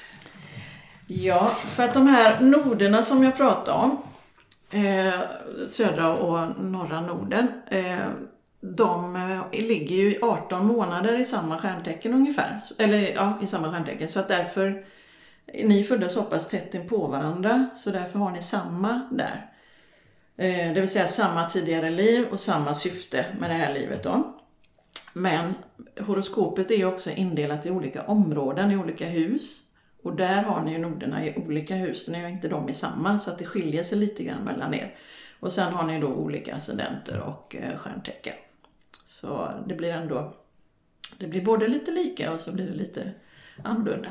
Ja, för att de här noderna som jag pratade om, eh, södra och norra Norden, eh, de eh, ligger ju arton månader i samma stjärntecken ungefär. Eller ja, i samma stjärntecken. Så att därför, ni föddes så pass tätt in på varandra, så därför har ni samma där. Det vill säga samma tidigare liv och samma syfte med det här livet då. Men horoskopet är ju också indelat i olika områden, i olika hus. Och där har ni ju noderna i olika hus, ni har inte de i samma, så att det skiljer sig lite grann mellan er. Och sen har ni då olika ascendenter och stjärntecken. Så det blir ändå, det blir både lite lika och så blir det lite annorlunda.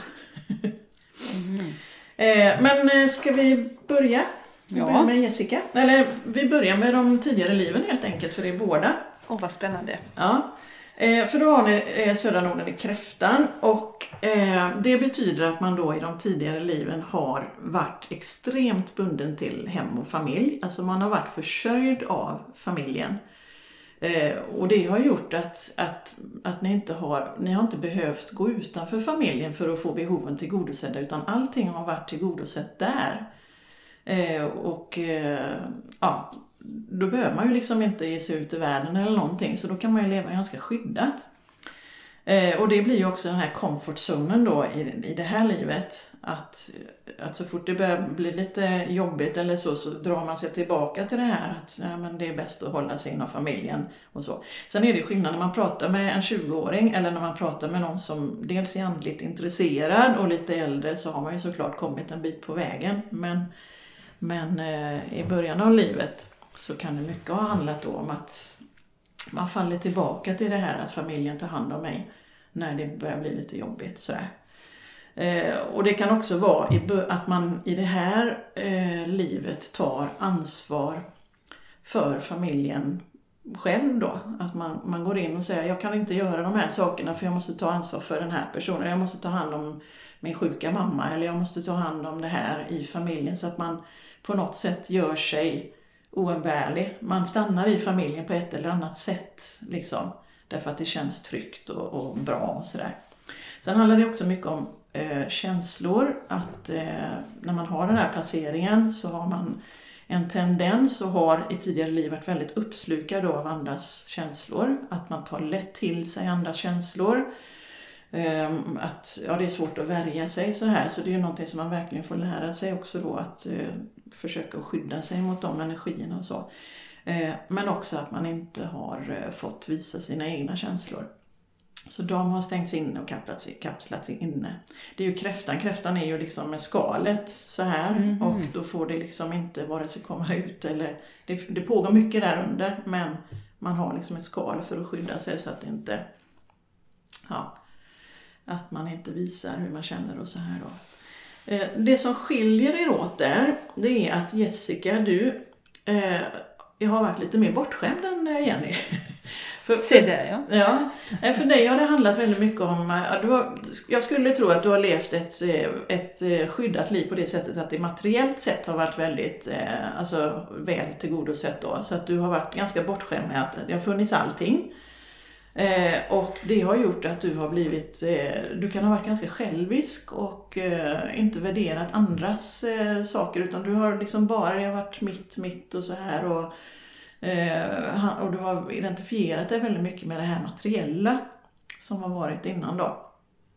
Mm. Men ska vi börja? Vi ja. börjar med Jessica. Eller vi börjar med de tidigare liven helt enkelt, för det är båda. Åh, oh, vad spännande. Ja, eh, för då har ni eh, södra Norden i kräftan, och eh, det betyder att man då i de tidigare liven har varit extremt bunden till hem och familj. Alltså man har varit försörjd av familjen. Eh, och det har gjort att, att, att ni, inte har, ni har inte behövt gå utanför familjen för att få behoven tillgodosedda, utan allting har varit tillgodosett där. Eh, och eh, ja, då behöver man ju liksom inte ge sig ut i världen eller någonting, så då kan man ju leva ganska skyddat. Eh, och det blir ju också den här comfortzonen då i, i det här livet, att, att så fort det börjar bli lite jobbigt eller så, så drar man sig tillbaka till det här att ja, men det är bäst att hålla sig inom familjen och så. Sen är det skillnad när man pratar med en tjugoåring eller när man pratar med någon som dels är andligt intresserad och lite äldre, så har man ju såklart kommit en bit på vägen, men, men eh, i början av livet så kan det mycket ha handlat då om att man faller tillbaka till det här att familjen tar hand om mig när det börjar bli lite jobbigt. Sådär. Eh, och det kan också vara i, att man i det här eh, livet tar ansvar för familjen själv då. Att man, man går in och säger jag kan inte göra de här sakerna för jag måste ta ansvar för den här personen. Jag måste ta hand om min sjuka mamma eller jag måste ta hand om det här i familjen, så att man på något sätt gör sig oumbärlig. Man stannar i familjen på ett eller annat sätt liksom, därför att det känns tryggt och, och bra och sådär. Sen handlar det också mycket om eh, känslor, att eh, när man har den här placeringen så har man en tendens och har i tidigare liv varit väldigt uppslukad av andras känslor, att man tar lätt till sig andras känslor. Um, att ja, det är svårt att värja sig så här, så det är ju någonting som man verkligen får lära sig också då, att uh, försöka skydda sig mot de energierna och så. Uh, men också att man inte har uh, fått visa sina egna känslor. Så de har stängts in och kapslats, kapslats inne. Det är ju kräftan, kräftan är ju liksom med skalet så här, mm-hmm. och då får det liksom inte vare sig komma ut eller, det, det pågår mycket där under, men man har liksom ett skal för att skydda sig så att det inte, ja, att man inte visar hur man känner och så här då. Eh, det som skiljer er åt där, det är att Jessica, du eh, jag har varit lite mer bortskämd än Jenny. för, Se där, ja. Ja. För dig har det handlat väldigt mycket om, du har, jag skulle tro att du har levt ett, ett skyddat liv på det sättet att det materiellt sett har varit väldigt eh, alltså, väl tillgodosett då. Så att du har varit ganska bortskämd med att det har funnits allting. Eh, och det har gjort att du har blivit, eh, du kan ha varit ganska självisk och eh, inte värderat andras eh, saker, utan du har liksom bara det har varit mitt, mitt och så här, och, eh, och du har identifierat dig väldigt mycket med det här materiella som har varit innan då.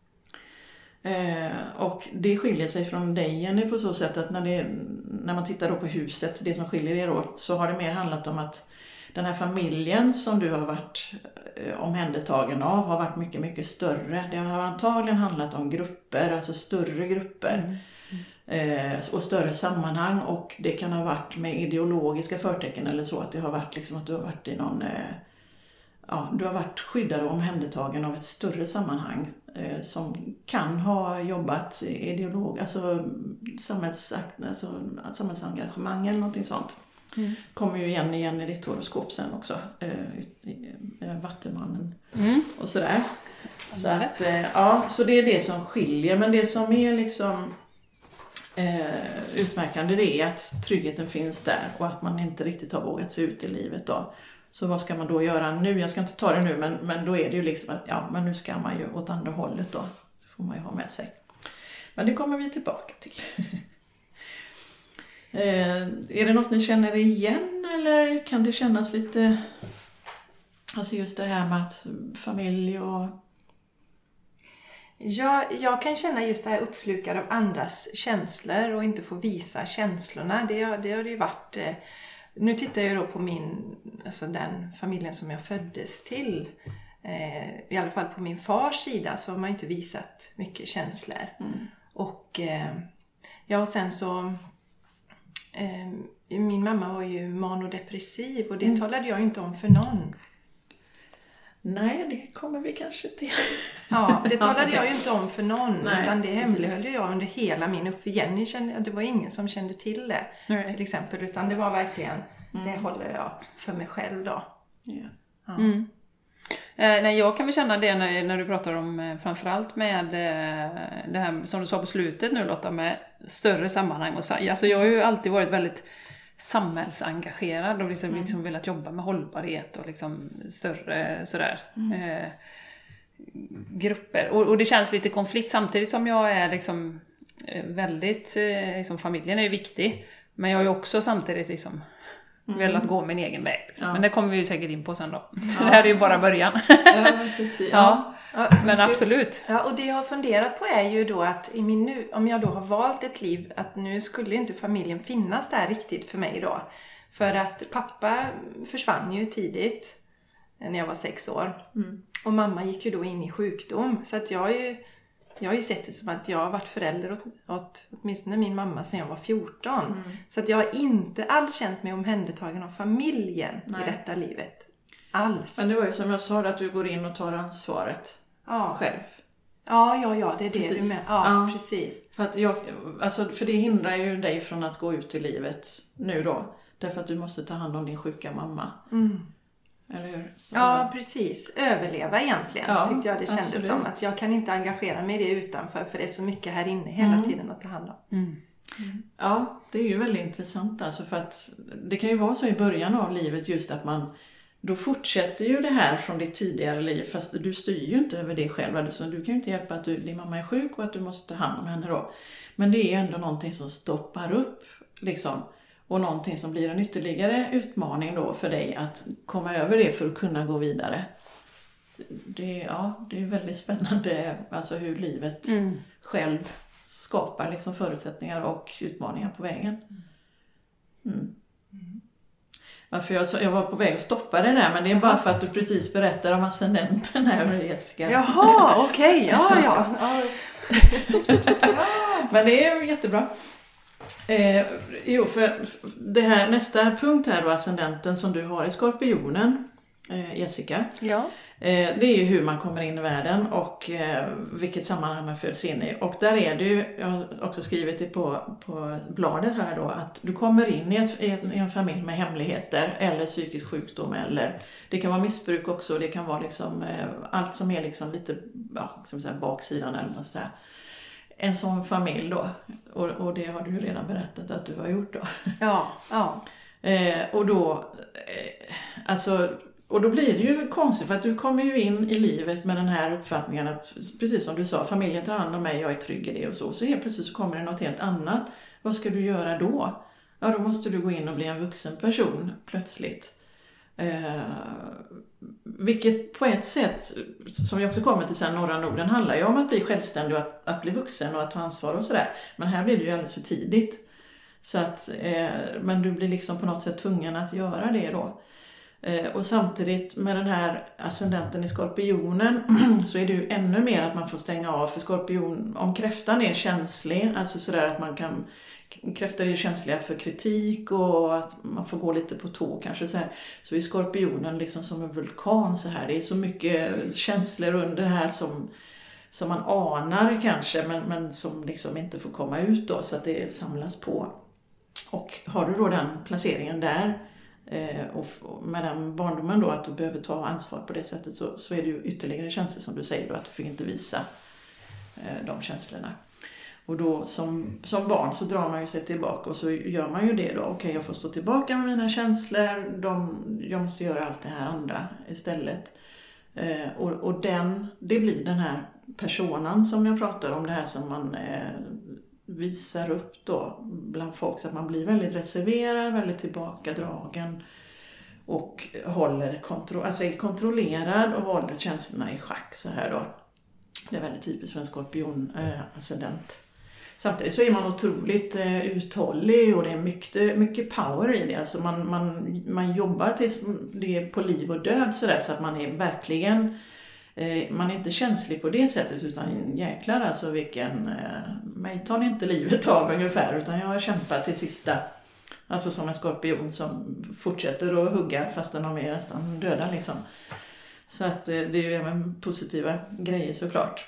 Eh, och det skiljer sig från dig, Jenny, på så sätt att när, det, när man tittar då på huset, det som skiljer er åt, så har det mer handlat om att den här familjen som du har varit eh, omhändertagen av har varit mycket, mycket större. Det har antagligen handlat om grupper, alltså större grupper. Mm. Mm. Eh, och större sammanhang, och det kan ha varit med ideologiska förtecken eller så, att det har varit liksom att du har varit i någon, eh, ja, du har varit skyddad och omhändertagen av ett större sammanhang eh, som kan ha jobbat ideolog, alltså, samhälls, alltså samhällsengagemang eller någonting sånt. Mm. Kommer ju igen igen i ditt horoskop sen också, eh, eh, Vattumannen mm. och sådär. Så, att, eh, ja, så det är det som skiljer, men det som är liksom eh, utmärkande, det är att tryggheten finns där och att man inte riktigt har vågat sig ut i livet då. Så vad ska man då göra nu? Jag ska inte ta det nu, men, men då är det ju liksom att ja, men nu ska man ju åt andra hållet då. Det får man ju ha med sig. Men det kommer vi tillbaka till. Eh, är det något ni känner igen, eller kan det kännas lite, alltså just det här med att familj och... Ja, jag kan känna just det här uppslukad av andras känslor och inte få visa känslorna. Det, det har det ju varit... Eh, nu tittar jag då på min, alltså den familjen som jag föddes till. Eh, I alla fall på min fars sida så har man inte visat mycket känslor. Mm. Och eh, ja, och sen så... Min mamma var ju manodepressiv och det mm. talade jag inte om för någon. Nej, det kommer vi kanske till. Ja, det talade ja, okay. jag ju inte om för någon. Nej, utan det hemlighöll jag under hela min uppväxt. Jenny kände, det var ingen som kände till det. Nej. Till exempel, utan det var verkligen, mm. det håller jag för mig själv då. Yeah. Ja. Mm. Eh, nej, jag kan väl känna det när, när du pratar om eh, framförallt med eh, det här som du sa på slutet nu, Lotta, med större sammanhang. Och, alltså, jag har ju alltid varit väldigt samhällsengagerad och liksom, mm. liksom velat jobba med hållbarhet och liksom större sådär, mm. eh, grupper. Och, och det känns lite konflikt samtidigt som jag är liksom, väldigt, eh, liksom, familjen är ju viktig. Men jag har ju också samtidigt liksom mm. velat gå min egen väg. Liksom. Ja. Men det kommer vi ju säkert in på sen då. Ja. Det här är ju bara början. Ja, precis. Ja. Ja. Men absolut. Ja, och det jag har funderat på är ju då att i min nu, om jag då har valt ett liv, att nu skulle inte familjen finnas där riktigt för mig då. För att pappa försvann ju tidigt när jag var sex år. Mm. Och mamma gick ju då in i sjukdom. Så att jag har ju, jag har ju sett det som att jag har varit förälder åt, åt åtminstone min mamma sedan jag var fjorton. Mm. Så att jag har inte alls känt mig omhändertagen av familjen Nej. I detta livet. Alls. Men det var ju som jag sa, att du går in och tar ansvaret ja. Själv. Ja, ja, ja, det är det precis. Du med. Ja, ja, precis. För, att jag, alltså, för det hindrar ju dig från att gå ut i livet nu då. Därför att du måste ta hand om din sjuka mamma. Mm. Eller hur? Så ja, precis. Överleva egentligen, ja, tyckte jag det kändes absolut. Som. Att jag kan inte engagera mig i det utanför, för det är så mycket här inne hela mm. tiden att ta hand om. Mm. Mm. Ja, det är ju väldigt intressant. Alltså, för att det kan ju vara så i början av livet just att man... Då fortsätter ju det här från ditt tidigare liv, fast du styr ju inte över det själv. Alltså, du kan ju inte hjälpa att du, din mamma är sjuk och att du måste ta hand om henne då. Men det är ju ändå någonting som stoppar upp liksom. Och någonting som blir en ytterligare utmaning då för dig att komma över det för att kunna gå vidare. Det, ja, det är väldigt spännande alltså hur livet mm. själv skapar liksom förutsättningar och utmaningar på vägen. Mm. Mm. Varför jag, jag var på väg att stoppa det där, men det är bara för att du precis berättar om ascendenten här, Jessica. Jaha, okej, okay. ja, ja. ja. Stopp, stopp, stopp. Ja. Men det är jättebra. Eh, jo, för det här nästa punkt här då, ascendenten som du har i Skorpionen, eh, Jessica. Ja. Eh, det är ju hur man kommer in i världen och eh, vilket sammanhang man föds in i. Och där är det ju, jag har också skrivit det på, på bladet här då, att du kommer in i, ett, i, en, i en familj med hemligheter eller psykisk sjukdom, eller det kan vara missbruk också, det kan vara liksom eh, allt som är liksom lite, ja, som säga, baksidan eller något sådär. En sån familj då, och, och det har du ju redan berättat att du har gjort då. Ja, ja. Eh, och då, eh, alltså, och då blir det ju konstigt för att du kommer ju in i livet med den här uppfattningen att, precis som du sa, familjen tar hand om mig, jag är trygg i det och så. Så helt plötsligt så kommer det något helt annat. Vad ska du göra då? Ja, då måste du gå in och bli en vuxen person plötsligt. Eh, vilket på ett sätt, som jag också kommer till sen, Norra Norden, handlar ju om att bli självständig och att, att bli vuxen och att ta ansvar och sådär. Men här blir det ju alldeles för tidigt. Så att, eh, men du blir liksom på något sätt tvungen att göra det då. Eh, och samtidigt med den här ascendenten i Skorpionen så är det ju ännu mer att man får stänga av. För Skorpion, om kräftan är känslig, alltså sådär att man kan... Kräftor är ju känsliga för kritik och att man får gå lite på tå kanske så här. Så är Skorpionen liksom som en vulkan så här. Det är så mycket känslor under det här som, som man anar kanske, men, men som liksom inte får komma ut då, så att det samlas på. Och har du då den placeringen där eh, och med den barndomen då att du behöver ta ansvar på det sättet, så, så är det ju ytterligare känslor som du säger då, att du fick inte visa eh, de känslorna. Och då som, som barn så drar man ju sig tillbaka och så gör man ju det då. Okej, okay, jag får stå tillbaka med mina känslor. De, jag måste göra allt det här andra istället. Eh, och och den, det blir den här personan som jag pratar om. Det här som man eh, visar upp då bland folk. Så att man blir väldigt reserverad, väldigt tillbakadragen. Och håller kontro- alltså är kontrollerad och håller känslorna i schack så här då. Det är väldigt typiskt för en skorpion-ascendent. Samtidigt så är man otroligt eh, uthållig och det är mycket, mycket power i det. Alltså man, man, man jobbar tills det är på liv och död så där, så att man är verkligen, eh, man är inte känslig på det sättet, utan jäklar alltså vilken, eh, mig tar inte livet av ungefär, utan jag har kämpat till sista. Alltså som en skorpion som fortsätter att hugga fastän de är nästan döda liksom. Så att det är ju även positiva grejer såklart.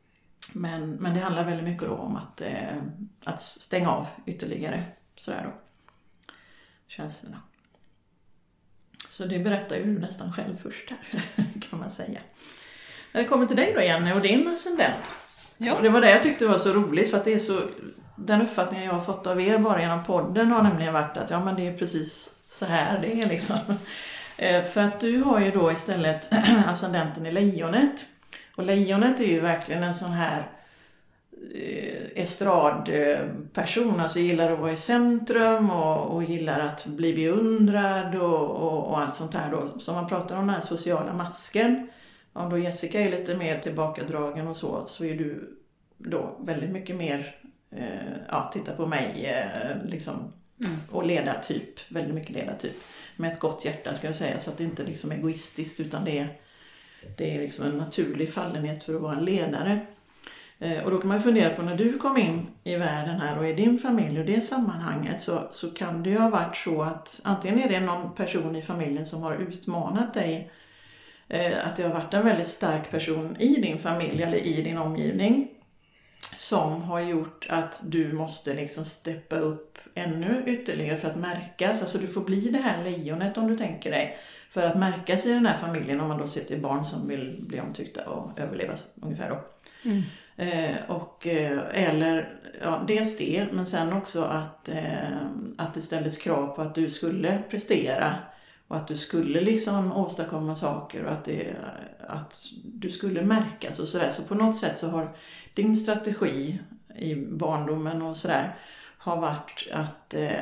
Men, men det handlar väldigt mycket då om att, eh, att stänga av ytterligare sådär då. Känslorna. Så det berättar ju du nästan själv först här kan man säga. När det kommer till dig då, Jenny, och din ascendent. Ja. Och det var det jag tyckte var så roligt, för att det är så, den uppfattningen jag har fått av er bara genom podden har nämligen varit att ja, men det är precis så här det är liksom. För att du har ju då istället ascendenten i lejonet. Och lejonet är ju verkligen en sån här estradperson, alltså gillar att vara i centrum och, och gillar att bli beundrad och, och, och allt sånt här då. Så man pratar om den här sociala masken. Om då Jessica är lite mer tillbakadragen och så, så är du då väldigt mycket mer, eh, ja, titta på mig, eh, liksom, mm. och ledartyp, väldigt mycket ledartyp. Med ett gott hjärta ska jag säga, så att det inte liksom är egoistiskt, utan det är, det är liksom en naturlig fallenhet för att vara en ledare. Eh, och då kan man fundera på, när du kom in i världen här och i din familj och det sammanhanget, så, så kan det ju ha varit så att antingen är det någon person i familjen som har utmanat dig, eh, att det har varit en väldigt stark person i din familj eller i din omgivning som har gjort att du måste liksom steppa upp ännu ytterligare för att märkas. Alltså du får bli det här lejonet, om du tänker dig, för att märkas i den här familjen, om man då ser till barn som vill bli omtyckta och överleva ungefär då. Mm. Eh, och, eh, eller ja, dels det, men sen också att, eh, att det ställdes krav på att du skulle prestera och att du skulle liksom åstadkomma saker och att, det, att du skulle märkas och sådär. Så på något sätt så har din strategi i barndomen och sådär har varit att eh,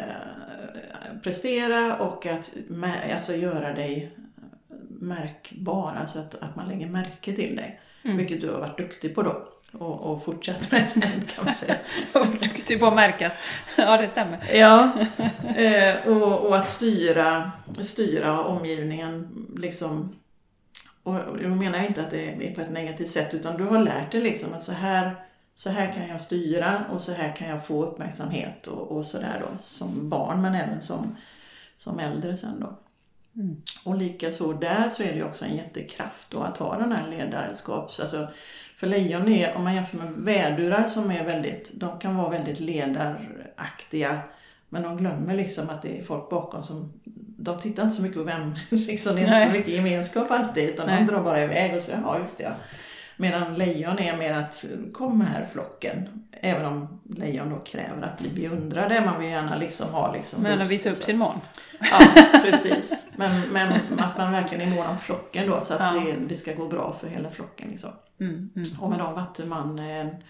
prestera och att alltså göra dig märkbar, alltså att, att man lägger märke till dig. Mm. Vilket du har varit duktig på då. Och, och fortsatt med sen, kan man säga. Jag har varit duktig på att märkas. Ja, det stämmer. Ja, eh, och, och att styra, styra omgivningen liksom. Och jag menar inte att det är på ett negativt sätt, utan du har lärt dig liksom att så här, så här kan jag styra och så här kan jag få uppmärksamhet och, och sådär då, som barn men även som, som äldre sen då. Mm. Och lika så där så är det också en jättekraft då att ha den här ledarskaps, alltså för lejon är, om man jämför med vädurar som är väldigt, de kan vara väldigt ledaraktiga, men de glömmer liksom att det är folk bakom som, de tittar inte så mycket på vem, liksom, det är inte så mycket gemenskap alltid, utan Nej. de drar bara iväg och så, ja just det ja. Medan lejon är mer att, kom här flocken, även om lejon då kräver att bli beundrade, man vill gärna liksom ha liksom... Men att visa upp sin mån. Ja, precis. Men, men att man verkligen är mån om flocken då, så att ja. det, det ska gå bra för hela flocken liksom. Mm, mm. Och med de vattuman...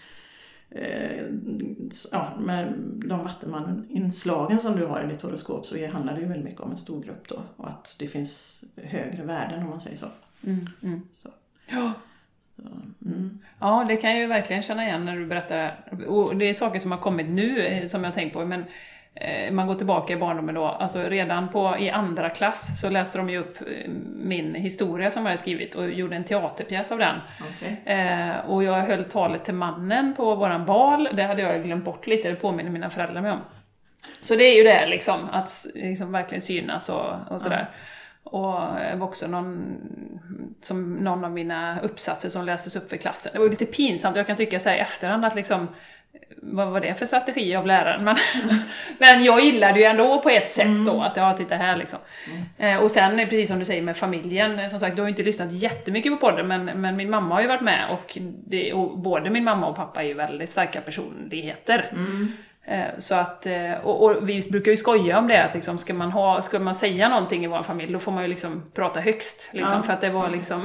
Eh, ja, med de vattuman-inslagen som du har i ditt horoskop så handlar det ju väldigt mycket om en stor grupp då. Och att det finns högre värden, om man säger så. Mm, mm. så. Ja. Mm. Ja, det kan jag ju verkligen känna igen när du berättar. Och det är saker som har kommit nu som jag har tänkt på, men eh, man går tillbaka i barndomen då, alltså redan på, i andra klass så läste de ju upp min historia som jag hade skrivit och gjorde en teaterpjäs av den. Okay. Eh, och jag höll talet till mannen på våran bal, det hade jag glömt bort lite, det påminner mina föräldrar mig om. Så det är ju det liksom, att liksom verkligen synas och, och sådär. Mm. Och det var också någon, som någon av mina uppsatser som lästes upp för klassen. Det var lite pinsamt, jag kan tycka så här i efterhand att liksom, vad var det för strategi av läraren? Men, men jag gillade ju ändå på ett sätt då, mm. att jag titta här liksom. Mm. Och sen, precis som du säger med familjen, som sagt, du har ju inte lyssnat jättemycket på podden, men, men min mamma har ju varit med, och, det, och både min mamma och pappa är ju väldigt starka personligheter. Mm. Så att, och, och vi brukar ju skoja om det, att liksom, ska, man ha, ska man säga någonting i vår familj, då får man ju liksom prata högst liksom, ja. För att det var liksom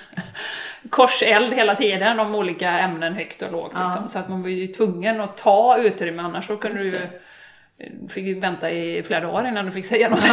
korseld hela tiden om olika ämnen högt och lågt liksom. Ja. Så att man var ju tvungen att ta utrymme, annars så kunde du fick vänta i flera dagar innan du fick säga något.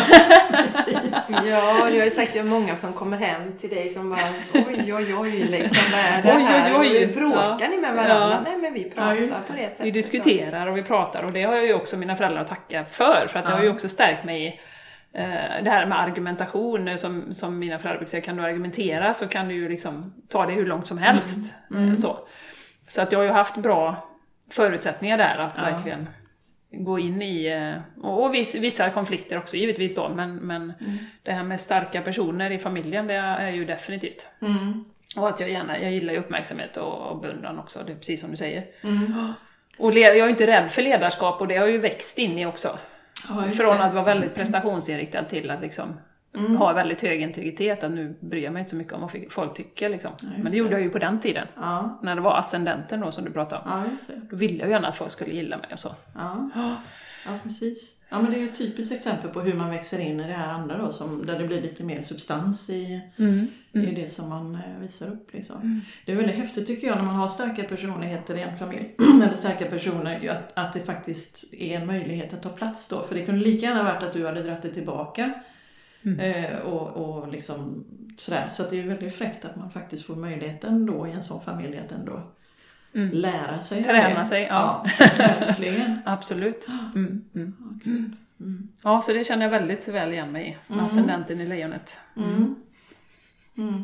Ja, det har ju sagt att många som kommer hem till dig som bara oj, oj, oj, liksom, vad är det här? Oj, oj, oj. Bråkar ja. ni med varandra? Ja. Nej, men vi pratar ja, på det sättet. Vi diskuterar och vi pratar, och det har jag ju också mina föräldrar att tacka för, för att ja. det har ju också stärkt mig i eh, det här med argumentation, som, som mina föräldrar brukar säga, kan du argumentera så kan du ju liksom ta det hur långt som helst. Mm. Mm. Så. så att jag har ju haft bra förutsättningar där att ja. verkligen gå in i, och vissa konflikter också givetvis då, men, men mm. det här med starka personer i familjen, det är ju definitivt. Mm. Och att jag gärna, jag gillar ju uppmärksamhet och, och beundran också, det är precis som du säger. Mm. Och led, jag är ju inte rädd för ledarskap, och det har ju växt in i också. Ja, från att vara väldigt prestationsinriktad till att liksom mm. ha väldigt hög integritet, att nu bryr jag mig inte så mycket om vad folk tycker liksom. Ja, men det, det gjorde jag ju på den tiden. Ja. När det var ascendenten då som du pratade om. Ja, just det. Då ville jag ju gärna att folk skulle gilla mig och så. Ja. Oh. Ja, precis. Ja, men det är ju ett typiskt exempel på hur man växer in i det här andra då, som, där det blir lite mer substans i, mm. Mm. i det som man visar upp. Liksom. Mm. Det är väldigt häftigt tycker jag när man har starka personligheter i en familj, eller starka personer, att, att det faktiskt är en möjlighet att ta plats då. För det kunde lika gärna varit att du hade dratt det tillbaka mm. eh, och, och liksom sådär. Så att det är väldigt fräckt att man faktiskt får möjligheten då i en sån familj att ändå Mm. lära sig. Träna sig, ja. ja verkligen. Absolut. Mm. Mm. Mm. Mm. Ja, så det känner jag väldigt väl igen mig i. Mm. Ascendenten i lejonet. Mm. Mm. Mm.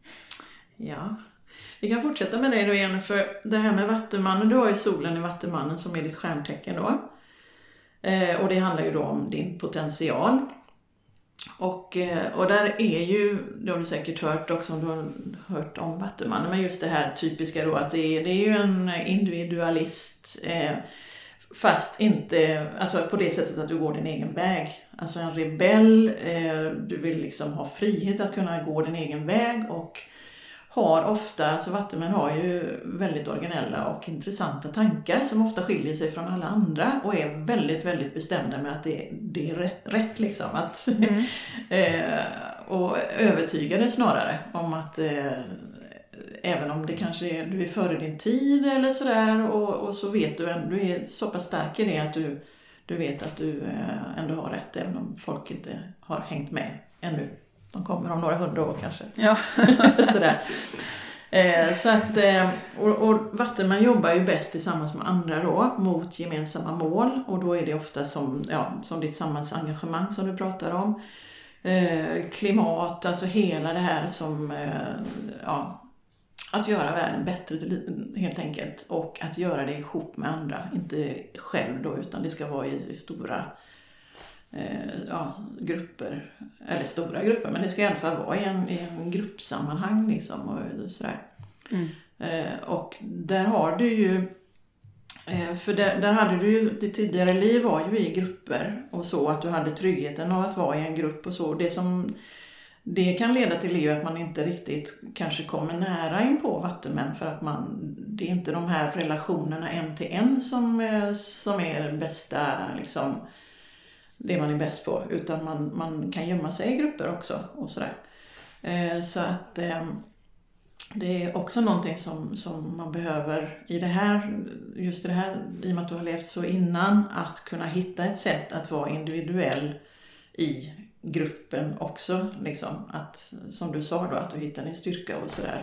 Ja. Vi kan fortsätta med dig då igen, för det här med Vattumannen, du har ju solen i Vattumannen som är ditt stjärntecken då. Eh, och det handlar ju då om din potential. Och, och där är ju, det har du säkert hört också om du har hört om Vattumannen, men just det här typiska då att det är, det är ju en individualist eh, fast inte, alltså på det sättet att du går din egen väg. Alltså en rebell, eh, du vill liksom ha frihet att kunna gå din egen väg och har ofta, alltså Vattumän har ju väldigt originella och intressanta tankar som ofta skiljer sig från alla andra och är väldigt, väldigt bestämda med att det, det är rätt, rätt liksom. Att, mm. eh, och övertygade snarare om att eh, även om det kanske är, du är före din tid eller sådär och, och så vet du ändå, du är så pass stark i det att du, du vet att du eh, ändå har rätt även om folk inte har hängt med ännu. De kommer om några hundra år kanske. Ja. Sådär. Eh, så att, eh, och, och Vattuman jobbar ju bäst tillsammans med andra då, mot gemensamma mål. Och då är det ofta som, ja, som ditt samhällsengagemang som du pratar om. Eh, klimat, alltså hela det här som, eh, ja, att göra världen bättre helt enkelt. Och att göra det ihop med andra, inte själv då, utan det ska vara i, i stora ja, grupper, eller stora grupper, men det ska i alla fall vara i en, i en gruppsammanhang liksom och sådär. Mm. Eh, och där har du ju eh, för där, där hade du ju, ditt tidigare liv var ju i grupper och så, att du hade tryggheten av att vara i en grupp och så. Det som det kan leda till är ju att man inte riktigt kanske kommer nära in på Vattumän, för att man, det är inte de här relationerna en till en som, som är det bästa liksom, det man är bäst på, utan man, man kan gömma sig i grupper också och sådär. Eh, så att eh, det är också någonting som, som man behöver i det här, just det här, i och med att du har levt så innan, att kunna hitta ett sätt att vara individuell i gruppen också, liksom. Att, som du sa då, att du hittar din styrka och sådär.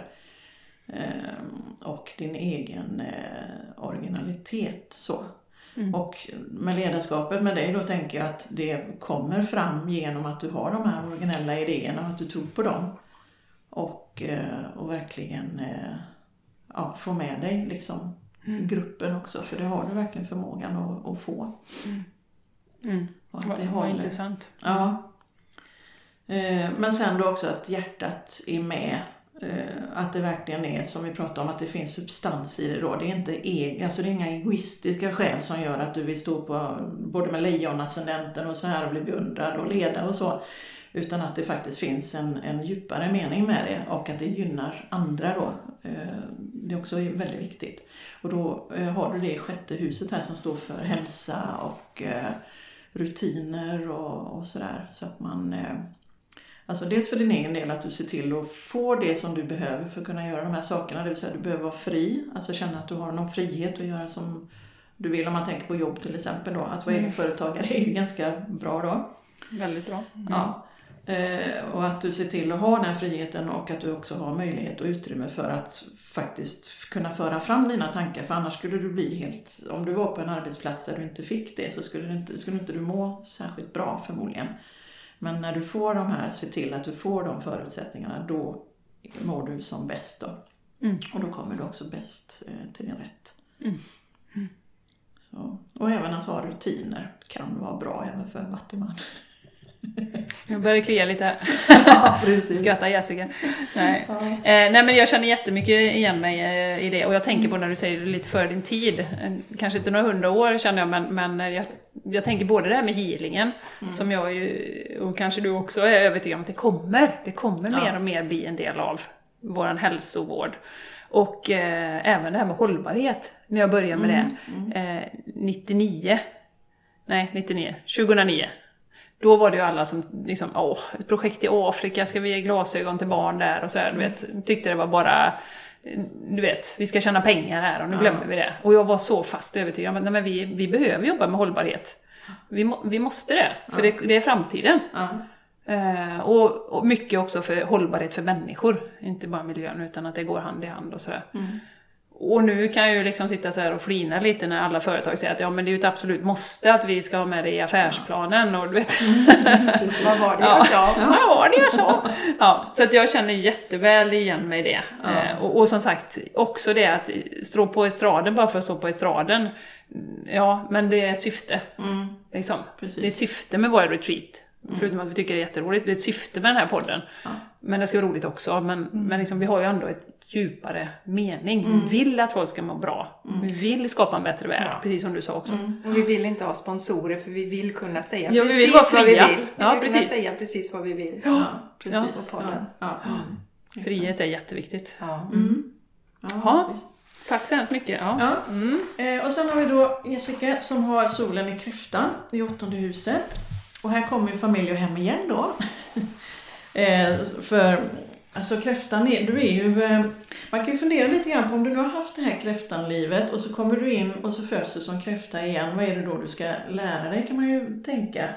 Eh, och din egen eh, originalitet så. Mm. Och med ledarskapet med dig då tänker jag att det kommer fram genom att du har de här originella idéerna och att du tror på dem. Och, och verkligen ja, få med dig liksom mm. gruppen också. För det har du verkligen förmågan att, att få. Mm. Mm. Och att det var håller. Intressant. Ja. Men sen då också att hjärtat är med. Att det verkligen är, som vi pratade om, att det finns substans i det då. Det är inte eg, alltså det är inga egoistiska skäl som gör att du vill stå på både med lejonascendenten och så här och bli beundrad och leda och så. Utan att det faktiskt finns en, en djupare mening med det och att det gynnar andra då. Det är också väldigt viktigt. Och då har du det i sjätte huset här som står för hälsa och rutiner och, och sådär. Så att man... Alltså dels för din egen del att du ser till att få det som du behöver för att kunna göra de här sakerna. Det vill säga att du behöver vara fri. Alltså känna att du har någon frihet att göra som du vill, om man tänker på jobb till exempel då. Att vara mm. egenföretagare är ju ganska bra då. Väldigt bra. Mm. Ja. Eh, och att du ser till att ha den friheten och att du också har möjlighet och utrymme för att faktiskt kunna föra fram dina tankar. För annars skulle du bli helt, om du var på en arbetsplats där du inte fick det, så skulle, du inte, skulle inte du må särskilt bra förmodligen. Men när du får de här, se till att du får de förutsättningarna, då mår du som bäst då. Mm. Och då kommer du också bäst eh, till din rätt. Mm. Mm. Så, och även att ha rutiner kan vara bra även för Vattuman. Jag börjar klia lite här. Ja, precis. Skrattar Jessica. Nej. Ja. Eh, nej, men jag känner jättemycket igen mig eh, i det. Och jag tänker på när du säger lite före din tid. Eh, kanske inte några hundra år känner jag, men, men jag, jag tänker både det här med healingen, mm. som jag ju, och kanske du också är övertygad om att det kommer. Det kommer ja. mer och mer bli en del av våran hälsovård. Och eh, även det här med hållbarhet, när jag började med mm. det. Eh, nittionio nej nittionio, tjugohundranio. Då var det ju alla som liksom, åh, ett projekt i Afrika, ska vi ge glasögon till barn där och så här, du vet, tyckte det var bara, du vet, vi ska tjäna pengar här och nu glömmer ja. vi det. Och jag var så fast övertygad om att nej, men vi, vi behöver jobba med hållbarhet. Vi, må, vi måste det, för ja. det, det är framtiden. Ja. Uh, och, och mycket också för hållbarhet för människor, inte bara miljön utan att det går hand i hand och sådär. Mm. Och nu kan jag ju liksom sitta så här och flina lite när alla företag säger att ja, men det är ju ett absolut måste att vi ska ha med det i affärsplanen och du vet. Mm. Vad var det jag sa? Ja, vad var det jag sa? Ja, så att jag känner jätteväl igen mig i det. Ja. Uh, och, och som sagt, också det att stå på estraden bara för att stå på estraden. Ja, men det är ett syfte. Mm. Liksom. Det är ett syfte med våra retreat. Mm. Förutom att vi tycker det är jätteroligt. Det är ett syfte med den här podden. Ja. Men det ska vara roligt också. Men, mm. men liksom, vi har ju ändå ett djupare mening. Mm. Vi vill att folk ska må bra. Mm. Vi vill skapa en bättre värld. Ja. Precis som du sa också. Mm. Och vi vill inte ha sponsorer för vi vill kunna säga ja, precis vi vill vara vad vi vill. Vi ja, vill precis. kunna säga precis vad vi vill. Ja, precis. Ja. På podden. Ja. Ja. Mm. Frihet är jätteviktigt. Ja. Mm. Ja, ja. Tack så hemskt mycket. Ja. Ja. Mm. Eh, och sen har vi då Jessica som har solen i kräftan i åttonde huset. Och här kommer ju familj och hem igen då. eh, för alltså kräftan, är, du är ju... Eh, man kan ju fundera lite grann på om du nu har haft det här kräftanlivet och så kommer du in och så föds du som kräfta igen. Vad är det då du ska lära dig kan man ju tänka.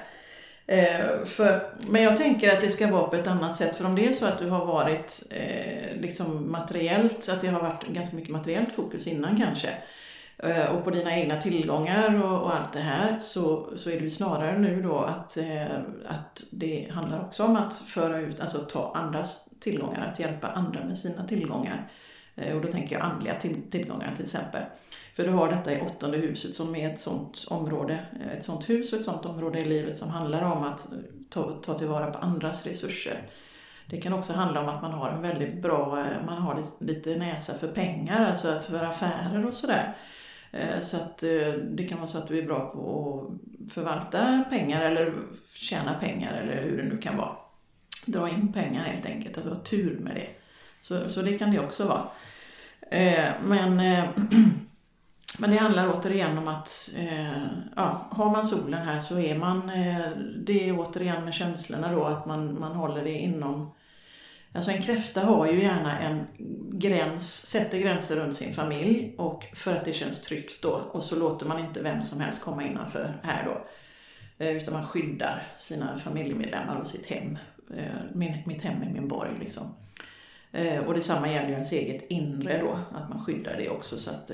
Eh, för, men jag tänker att det ska vara på ett annat sätt. För om det är så att du har varit eh, liksom materiellt, att det har varit ganska mycket materiellt fokus innan kanske. Och på dina egna tillgångar och, och allt det här så, så är det ju snarare nu då att, eh, att det handlar också om att föra ut, alltså ta andras tillgångar, att hjälpa andra med sina tillgångar. Eh, och då tänker jag andliga till, tillgångar till exempel. För du har detta i åttonde huset som är ett sånt område, ett sånt hus och ett sånt område i livet som handlar om att ta, ta tillvara på andras resurser. Det kan också handla om att man har en väldigt bra, man har lite näsa för pengar, alltså att för affärer och sådär. Så att det kan vara så att du är bra på att förvalta pengar eller tjäna pengar eller hur det nu kan vara. Dra in pengar helt enkelt, att du har tur med det. Så, så det kan det också vara. Men, men det handlar återigen om att ja, har man solen här så är man, det är återigen med känslorna då att man, man håller det inom. Alltså en kräfta har ju gärna en gräns, sätter gränser runt sin familj och för att det känns tryggt då. Och så låter man inte vem som helst komma innanför här då. Utan man skyddar sina familjemedlemmar och sitt hem. Min, mitt hem är min borg liksom. Och detsamma gäller ju ens eget inre då. Att man skyddar det också så att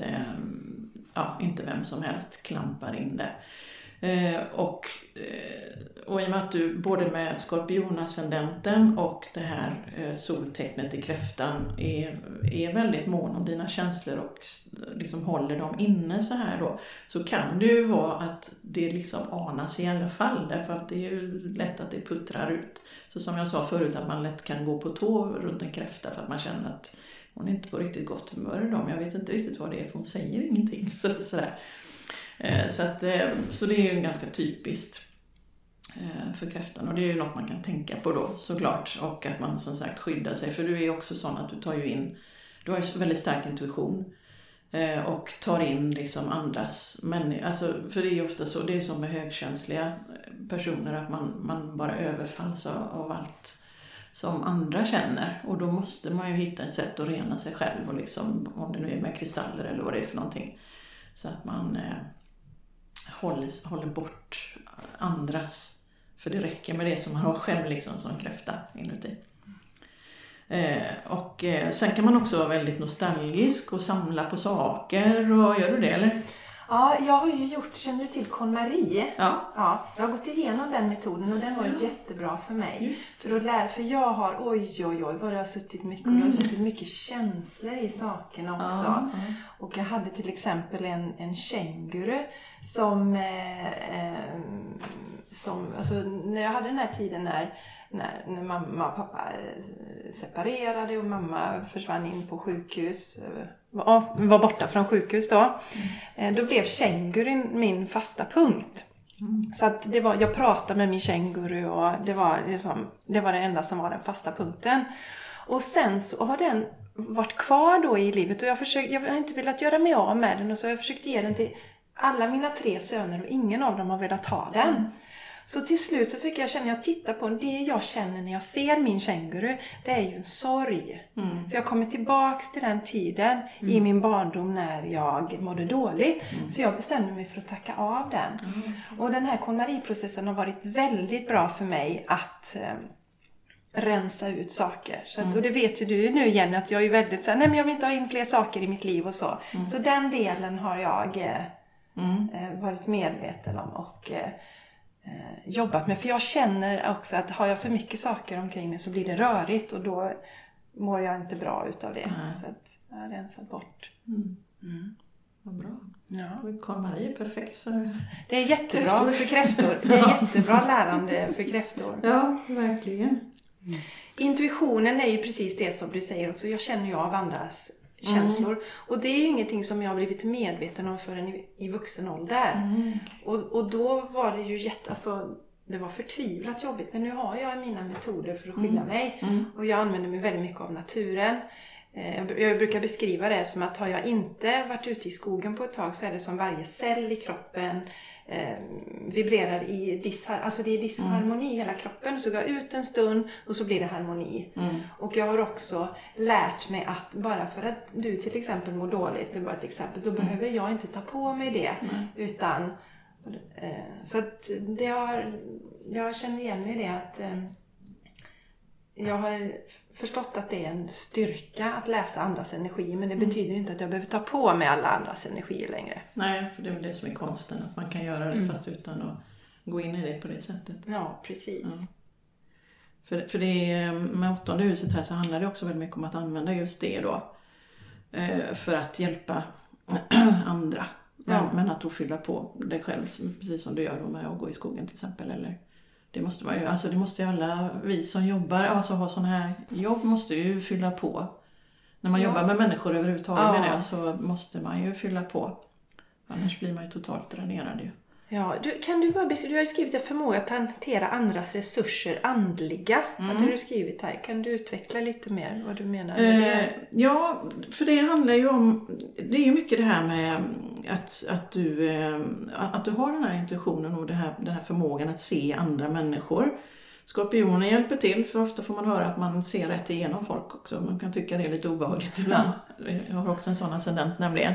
ja, inte vem som helst klampar in där. Eh, och, eh, och i och med att du både med skorpionascendenten och det här eh, soltecknet i kräftan är, är väldigt mån om dina känslor och liksom håller dem inne så här då, så kan det ju vara att det liksom anas i alla fall, därför att det är ju lätt att det puttrar ut. Så som jag sa förut, att man lätt kan gå på tå runt en kräfta för att man känner att hon är inte på riktigt gott humör idag, jag vet inte riktigt vad det är för hon säger ingenting så, sådär. Så, att, så det är ju ganska typiskt för kräftan och det är ju något man kan tänka på då såklart, och att man som sagt skyddar sig, för du är också sån att du tar ju in, du har ju väldigt stark intuition och tar in liksom andras människor, alltså, för det är ju ofta så, det är som med högkänsliga personer att man, man bara överfalls av, av allt som andra känner, och då måste man ju hitta ett sätt att rena sig själv och liksom, om det nu är med kristaller eller vad det är för någonting, så att man eh, håller, håller bort andras, för det räcker med det som man har själv liksom som kräfta inuti. Eh, och eh, sen kan man också vara väldigt nostalgisk och samla på saker, och gör du det eller? Ja, jag har ju gjort, känner du till KonMari? Ja. Ja. Jag har gått igenom den metoden och den var ja. jättebra för mig. Just. För, att lära, för jag har, oj oj oj, vad jag har suttit mycket, mm. och jag har suttit mycket känslor i sakerna också. Ja, ja. Och jag hade till exempel en, en känguru som, eh, eh, som alltså, när jag hade den här tiden när När, när mamma och pappa separerade och mamma försvann in på sjukhus, var, var borta från sjukhus då. Mm. Då blev kängurun min fasta punkt. Mm. Så att det var, jag pratade med min känguru och det var, det, var, det var det enda som var den fasta punkten. Och sen så har den varit kvar då i livet och jag, försökt, jag har inte velat göra mig av med den, och så har jag försökt ge den till alla mina tre söner och ingen av dem har velat ha den. Mm. Så till slut så fick jag känna, jag tittar på det jag känner när jag ser min känguru, det är ju en sorg. Mm. För jag kommer tillbaks till den tiden mm. i min barndom när jag mådde dåligt. Mm. Så jag bestämde mig för att tacka av den. Mm. Och den här KonMari-processen har varit väldigt bra för mig att eh, rensa ut saker. Så att, mm. Och det vet ju du nu igen att jag är väldigt så här, nej men jag vill inte ha in fler saker i mitt liv och så. Mm. Så den delen har jag eh, mm. eh, varit medveten om och eh, jobbat med. För jag känner också att har jag för mycket saker omkring mig så blir det rörigt och då mår jag inte bra utav det. Mm. Så att jag har rensat bort. Mm. Mm. Vad bra. Ja. KonMari är perfekt för det är jättebra kräftor. för kräftor. Det är jättebra lärande för kräftor. Ja, verkligen. Mm. Intuitionen är ju precis det som du säger också. Jag känner ju av andras känslor. Mm. Och det är ju ingenting som jag har blivit medveten om förrän i, i vuxen ålder. Mm. Och, och då var det ju jätte, alltså, det var förtvivlat jobbigt. Men nu har jag mina metoder för att skilja mm. mig. Mm. Och jag använder mig väldigt mycket av naturen. Eh, jag, jag brukar beskriva det som att har jag inte varit ute i skogen på ett tag så är det som varje cell i kroppen eh, vibrerar i dishar, alltså det är disharmoni i mm. hela kroppen. Så går jag ut en stund och så blir det harmoni. Mm. Och jag har också lärt mig att bara för att du till exempel mår dåligt, det är bara ett exempel, då mm. behöver jag inte ta på mig det. Mm. Utan eh, så att det har, jag känner igen mig i det att eh, jag har förstått att det är en styrka att läsa andras energi. Men det mm. betyder inte att jag behöver ta på mig alla andras energier längre. Nej, för det är väl det som är konsten. Att man kan göra det mm. fast utan att gå in i det på det sättet. Ja, precis. Ja. För, för det är, med åttonde huset här så handlar det också väldigt mycket om att använda just det då. För att hjälpa andra. Men, ja. men att då fylla på dig själv. Precis som du gör då med att gå i skogen till exempel. Eller... Det måste man ju, alltså det måste ju alla vi som jobbar, alltså har sån här jobb måste ju fylla på. När man ja. jobbar med människor överhuvudtaget ja. menar jag, så måste man ju fylla på. Annars blir man ju totalt dränerad ju. Ja, du, kan du bara beskriva, du har ju skrivit en förmåga att hantera andras resurser andliga. Mm. Hade du skrivit här? Kan du utveckla lite mer vad du menar med det? Eh, ja, för det handlar ju om, det är ju mycket det här med att, att, du, eh, att du har den här intuitionen och det här, den här förmågan att se andra människor. Skorpionen hjälper till, för ofta får man höra att man ser rätt igenom folk också. Man kan tycka det är lite obehagligt ibland. Jag har också en sån ascendent nämligen.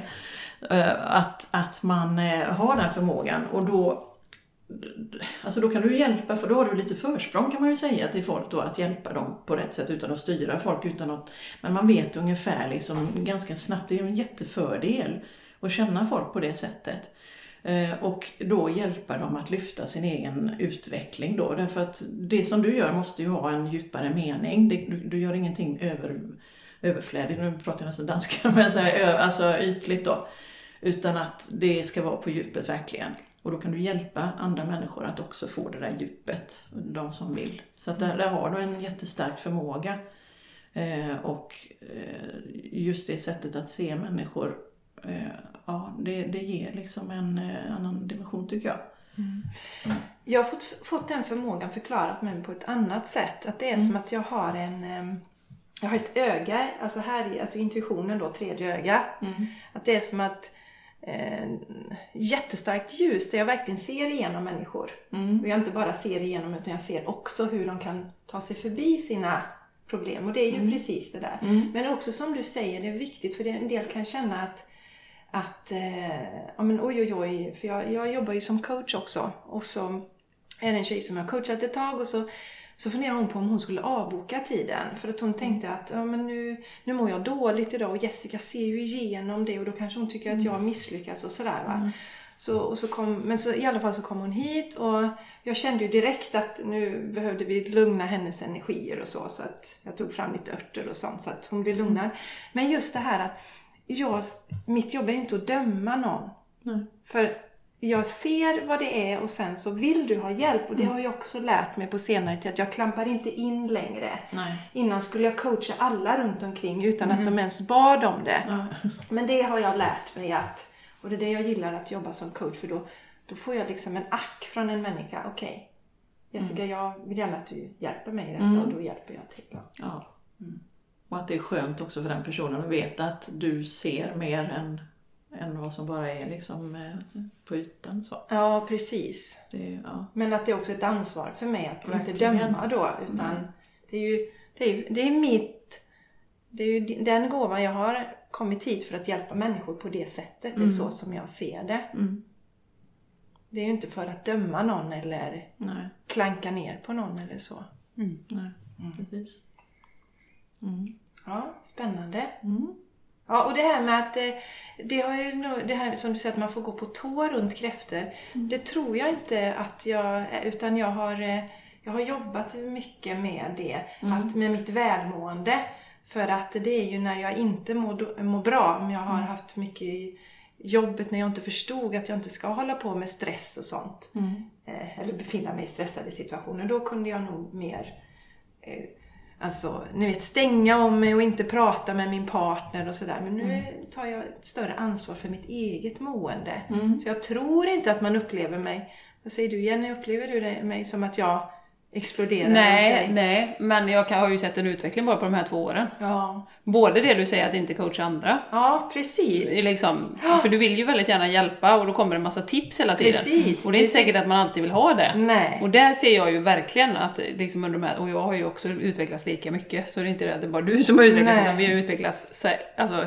Att, att man har den förmågan och då, alltså då kan du hjälpa, för då har du lite försprång kan man ju säga till folk då, att hjälpa dem på rätt sätt utan att styra folk utan att, men man vet ungefär liksom ganska snabbt, det är ju en jättefördel att känna folk på det sättet. Och då hjälpa dem att lyfta sin egen utveckling då. Därför att det som du gör måste ju ha en djupare mening. Det, du, du gör ingenting över, överflödigt. Nu pratar jag nästan danska, men så här, alltså ytligt då. Utan att det ska vara på djupet verkligen. Och då kan du hjälpa andra människor att också få det där djupet. De som vill. Så att där, där har du en jättestark förmåga. Eh, och eh, just det sättet att se människor. Ja, det, det ger liksom en eh, annan dimension tycker jag. Mm. Mm. Jag har fått, fått den förmågan förklarat mig på ett annat sätt. Att det är mm. som att jag har en eh, jag har ett öga, alltså här alltså intuitionen då, tredje öga. Mm. Att det är som att eh, jättestarkt ljus där jag verkligen ser igenom människor. Mm. Och jag inte bara ser igenom utan jag ser också hur de kan ta sig förbi sina problem. Och det är ju mm. precis det där. Mm. Men också som du säger, det är viktigt för en del kan känna att Att, eh, ja men oj oj oj, för jag, jag jobbar ju som coach också. Och så är det en tjej som jag har coachat ett tag och så, så funderar hon på om hon skulle avboka tiden. För att hon tänkte att ja, men nu, nu mår jag dåligt idag och Jessica ser ju igenom det och då kanske hon tycker att jag har misslyckats och sådär va. Mm. Så, och så kom, men så, i alla fall så kom hon hit och jag kände ju direkt att nu behövde vi lugna hennes energier och så. Så att jag tog fram lite örter och sånt så att hon blev lugnad. Men just det här att Jag, mitt jobb är inte att döma någon. Mm. För jag ser vad det är och sen så vill du ha hjälp. Och det mm. har jag också lärt mig på senare tid. Att jag klampar inte in längre. Nej. Innan skulle jag coacha alla runt omkring utan mm. att de ens bad om det. Mm. Men det har jag lärt mig att. Och det är det jag gillar att jobba som coach. För då, då får jag liksom en ack från en människa. Okej, okay, Jessica mm. jag vill gärna att du hjälper mig i detta. Mm. Och då hjälper jag till. Ja. Mm. Och att det är skönt också för den personen att veta att du ser mer än än vad som bara är liksom eh, på ytan. Så. Ja, precis. Det, ja. Men att det är också ett ansvar för mig att Verkligen. inte döma då. Utan Mm. det är ju det är, det är mitt... Det är ju den gåvan jag har kommit hit för att hjälpa människor på det sättet. Det är Mm. så som jag ser det. Mm. Det är ju inte för att döma någon eller Nej, klanka ner på någon eller så. Mm. nej, precis. Mm. Ja, spännande. Mm. Ja, och det här med att eh, det har ju nog, det här som du säger att man får gå på tå runt kräftor. Mm. Det tror jag inte att jag, utan jag har, eh, jag har jobbat mycket med det, Mm. att med mitt välmående. För att det är ju när jag inte mår, mår bra, om jag har Mm. haft mycket i jobbet när jag inte förstod att jag inte ska hålla på med stress och sånt. Mm. Eh, eller befinna mig i stressade situationer. Då kunde jag nog mer eh, alltså, ni vet, stänga om mig och inte prata med min partner och sådär. Men nu Mm. tar jag ett större ansvar för mitt eget mående. Mm. Så jag tror inte att man upplever mig, vad säger du Jenny, upplever du det, mig som att jag exploderar runt Nej, dig? nej, men jag kan, har ju sett en utveckling bara på de här två åren. Ja. Både det du säger att inte coacha andra. Ja, precis. Det är Liksom, för du vill ju väldigt gärna hjälpa och då kommer det en massa tips hela tiden. Precis, och det är inte precis. säkert att man alltid vill ha det. Nej. Och där ser jag ju verkligen att liksom under de här, och jag har ju också utvecklats lika mycket, så det är inte det att det är bara du som har utvecklats, Nej. utan vi har utvecklats så- alltså,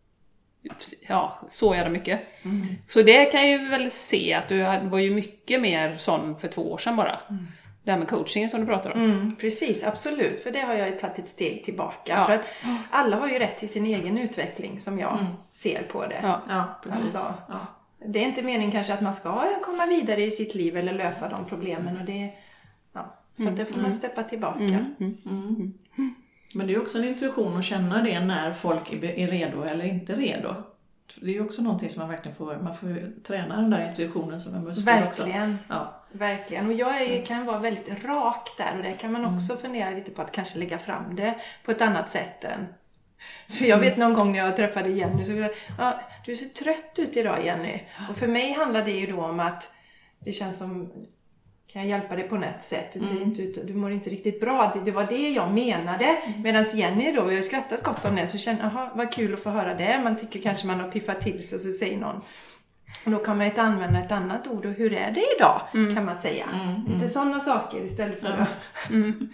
ja, så jävla mycket. Mm. Så det kan jag ju väl se att du hade- var ju mycket mer sån för två år sedan bara. Det här med coachingen som du pratar om. Mm, precis, absolut. För det har jag ju tagit ett steg tillbaka. Ja. För att alla har ju rätt till sin egen utveckling som jag Mm. ser på det. Ja. Ja, precis. Alltså, Ja. Det är inte meningen kanske att man ska komma vidare i sitt liv eller lösa de problemen. Och det, ja, så att det får man steppa tillbaka. Mm. Mm. Mm. Men det är också en intuition att känna det när folk är är redo eller inte redo. Det är ju också någonting som man verkligen får, man får ju träna den där intuitionen som en muskel också. Verkligen. Ja. Verkligen. Och jag är, ju- kan vara väldigt rak där. Och det kan man också fundera lite på att kanske lägga fram det på ett annat sätt än... För jag vet någon gång när jag träffade Jenny så jag, ja, du ser trött ut idag Jenny. Och för mig handlar det ju då om att det känns som, kan jag hjälpa dig på något sätt? Du, ser Mm. inte ut, du mår inte riktigt bra. Det, det var det jag menade. Medan Jenny då, vi har skrattat gott om det, så känner jag, aha, vad kul att få höra det. Man tycker kanske man har piffat till sig och så säger någon. Och då kan man ju inte använda ett annat ord. Och hur är det idag? Kan man säga. Mm, mm. Lite sådana saker istället för Ja. att... Mm.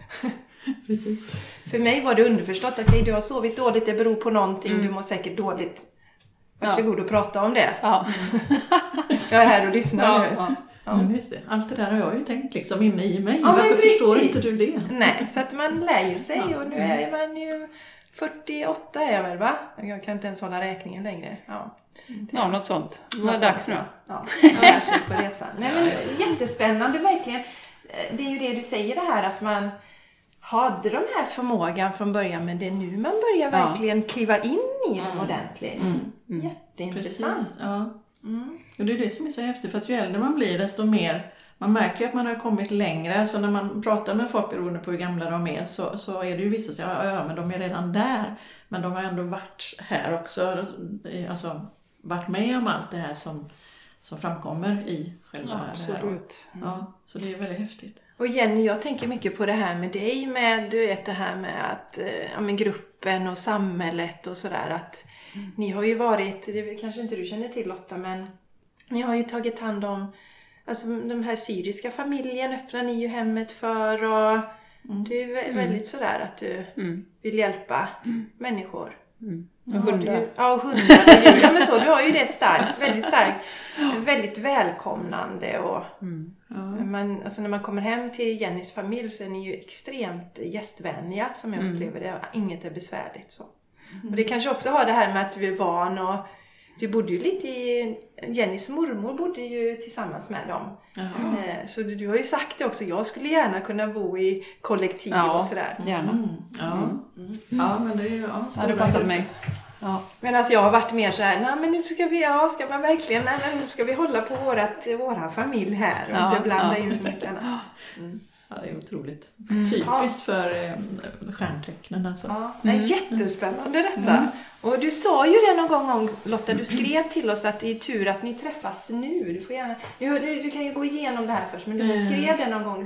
Precis. För mig var det underförstått. Okej, okay, du har sovit dåligt. Det beror på någonting. Mm. Du mår säkert dåligt. Varsågod och prata om det. Ja. Jag är här och lyssnar Ja, nu. ja. Ja, men just det. Allt det där har jag ju tänkt liksom inne i mig. Ja, men Varför förstår precis. inte du det? Nej, så att man lär ju sig. Ja. Och nu är man ju fyrtioåtta är jag väl, va? Jag kan inte ens hålla räkningen längre. Ja. Ja, något sånt. Det var Något dags sånt, nu. Ja, jag lär sig på resan. Nej, men jättespännande verkligen. Det är ju det du säger det här att man hade de här förmågan från början, men det är nu man börjar Ja. verkligen kliva in i dem ordentligt. Mm. Jätteintressant. Precis, ja. Mm. Och det är det som är så häftigt, för att ju äldre man blir desto mer, man märker ju att man har kommit längre, så när man pratar med folk beroende på hur gamla de är så, så är det ju vissa som säger, ja, ja men de är redan där, men de har ändå varit här också, alltså varit med om allt det här som, som framkommer i själva det här. Absolut. Ja, så det är väldigt häftigt. Och Jenny, jag tänker mycket på det här med dig, med du vet det här med att eh, ja, med gruppen och samhället och sådär, att mm. ni har ju varit, det kanske inte du känner till Lotta, men ni har ju tagit hand om, alltså de här syriska familjen öppnar ni ju hemmet för, och Mm. det är vä- väldigt sådär att du Mm. vill hjälpa människor. Mm. Ja, Och hundar. du- Ja, och hundar och djur. Ja, men så, du har ju det starkt, väldigt starkt, väldigt välkomnande och Mm. Ja. man, alltså när man kommer hem till Jennys familj så är ni ju extremt gästvänliga, som jag Mm. upplever det. Inget är besvärligt så. Och det kanske också har det här med att du är van, och du bodde ju lite i, Jennys mormor bodde ju tillsammans med dem. Jaha. Eh, Så du, du har ju sagt det också, jag skulle gärna kunna bo i kollektiv Ja. och sådär. Gärna. Mm. Ja. ja, men det är ju ja, Det hade passat mig. Ja. Medan jag har varit mer så här, nej men nu ska vi, ja ska man verkligen, nej men nu ska vi hålla på vårat, våran familj här och Ja, inte blanda ja. in för mycket annat. Ja, det är otroligt Mm. typiskt för eh, stjärntecknen alltså. Ja, det är jättespännande detta. Och du sa ju det någon gång om, Lotta, du skrev till oss att det är tur att ni träffas nu. Du får gärna, du, du, du kan ju gå igenom det här först, men du skrev det någon gång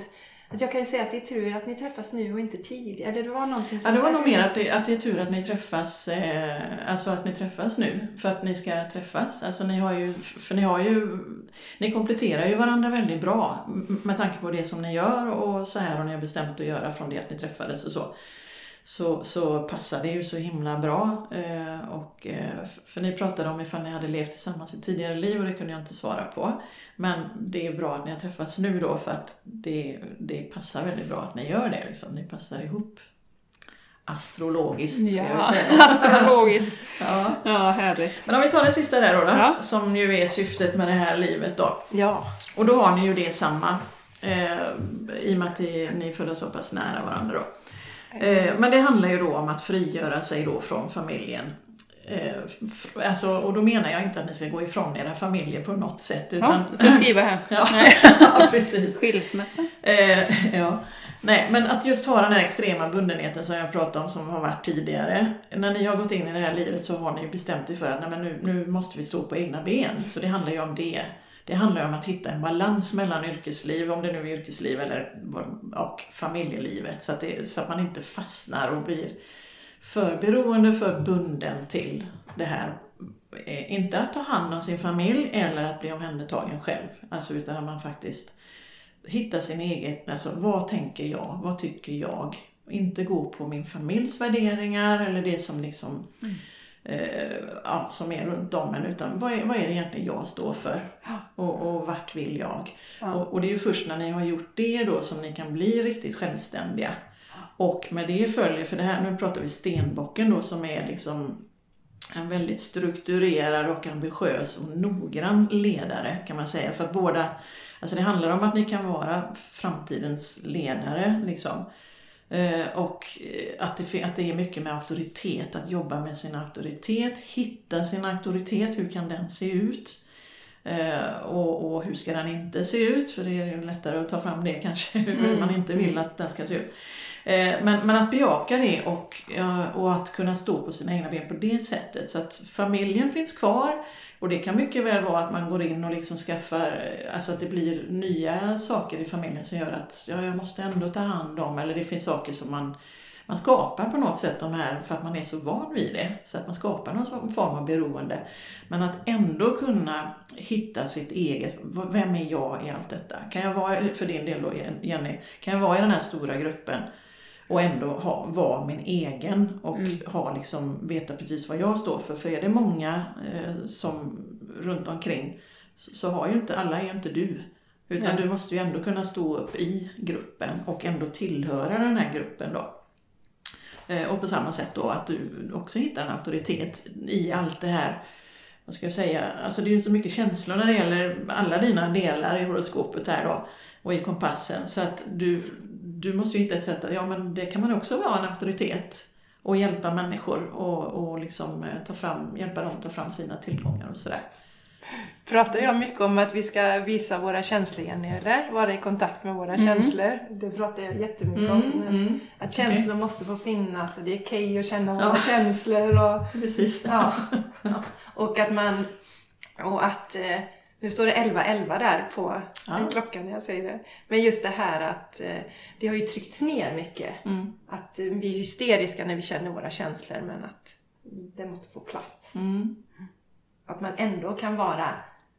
Jag kan ju säga att det är tur att ni träffas nu och inte tidigare. Eller det var någonting som... Ja, det var nog mer att det, att det är tur att ni träffas, eh, alltså att ni träffas nu. För att ni ska träffas. Alltså ni har ju, för ni har ju, ni kompletterar ju varandra väldigt bra. Med tanke på det som ni gör och så här har ni har bestämt att göra från det att ni träffades och så. Så, så passar det ju så himla bra. Eh, och, eh, för ni pratade om ifall ni hade levt tillsammans i tidigare liv och det kunde jag inte svara på. Men det är bra att ni har träffats nu då för att det, det passar väldigt bra att ni gör det. Liksom. Ni passar ihop astrologiskt. Ska Ja, jag säga. astrologiskt. Ja. Ja, härligt. Men om vi tar den sista där då, då Ja. som ju är syftet med det här livet då. Ja. Och då har ni ju det samma eh, i och med att ni är födda så pass nära varandra då. Eh, men det handlar ju då om att frigöra sig då från familjen. Eh, f- alltså, och då menar jag inte att ni ska gå ifrån era familjer på något sätt. Utan, Ja, ska jag skriva här. ja, Nej. ja, precis. Skilsmässa. Eh, ja. Nej, men att just ha den här extrema bundenheten som jag pratade om som har varit tidigare. När ni har gått in i det här livet så har ni ju bestämt er för att nej, men nu, nu måste vi stå på egna ben. Så det handlar ju om det. Det handlar om att hitta en balans mellan yrkesliv, om det nu är yrkesliv eller, och familjelivet. Så att, det, så att man inte fastnar och blir för beroende, för bunden till det här. Inte att ta hand om sin familj eller att bli omhändertagen själv. Alltså utan att man faktiskt hittar sin egen, alltså vad tänker jag, vad tycker jag. Inte gå på min familjs värderingar eller det som liksom... Mm. Eh, ja, som är runt om en, utan vad är, vad är det egentligen jag står för och, och vart vill jag ja. och, och det är ju först när ni har gjort det då som ni kan bli riktigt självständiga och med det följer, för det här, nu pratar vi stenbocken då som är liksom en väldigt strukturerad och ambitiös och noggrann ledare kan man säga, för att båda, alltså det handlar om att ni kan vara framtidens ledare liksom. Och att det, att det är mycket med auktoritet, att jobba med sin auktoritet, hitta sin auktoritet, hur kan den se ut och, och hur ska den inte se ut, för det är lättare att ta fram det kanske, hur mm. man inte vill att den ska se ut. Men, men att bejaka det och, och att kunna stå på sina egna ben på det sättet så att familjen finns kvar. Och det kan mycket väl vara att man går in och liksom skaffar, alltså att det blir nya saker i familjen som gör att ja, jag måste ändå ta hand om, eller det finns saker som man, man skapar på något sätt de här för att man är så van vid det. Så att man skapar någon form av beroende. Men att ändå kunna hitta sitt eget, vem är jag i allt detta? Kan jag vara, för din del då Jenny, kan jag vara i den här stora gruppen? Och ändå ha, vara min egen och mm. ha liksom, veta precis vad jag står för. För är det många eh, som runt omkring så, så har ju inte, alla är ju inte du. Utan ja. Du måste ju ändå kunna stå upp i gruppen och ändå tillhöra den här gruppen då. Eh, och på samma sätt då att du också hittar en auktoritet i allt det här. Vad ska jag säga? Alltså det är ju så mycket känslor när det gäller alla dina delar i horoskopet här då. Och i kompassen. Så att du... Du måste ju hitta ett sätt att, ja men det kan man också vara en auktoritet och hjälpa människor och, och liksom ta fram, hjälpa dem att ta fram sina tillgångar och sådär. Pratar jag mycket om att vi ska visa våra känslor eller vara i kontakt med våra mm. känslor. Det pratar jag jättemycket om. Mm, mm. Att känslor okay. måste få finnas och det är okej att känna våra ja. känslor. Och, Precis. Ja. Och att man, och att... Nu står det elva elva där på ja. klockan när jag säger det. Men just det här att eh, det har ju tryckts ner mycket. Mm. Att eh, vi är hysteriska när vi känner våra känslor. Men att det måste få plats. Mm. Att man ändå kan vara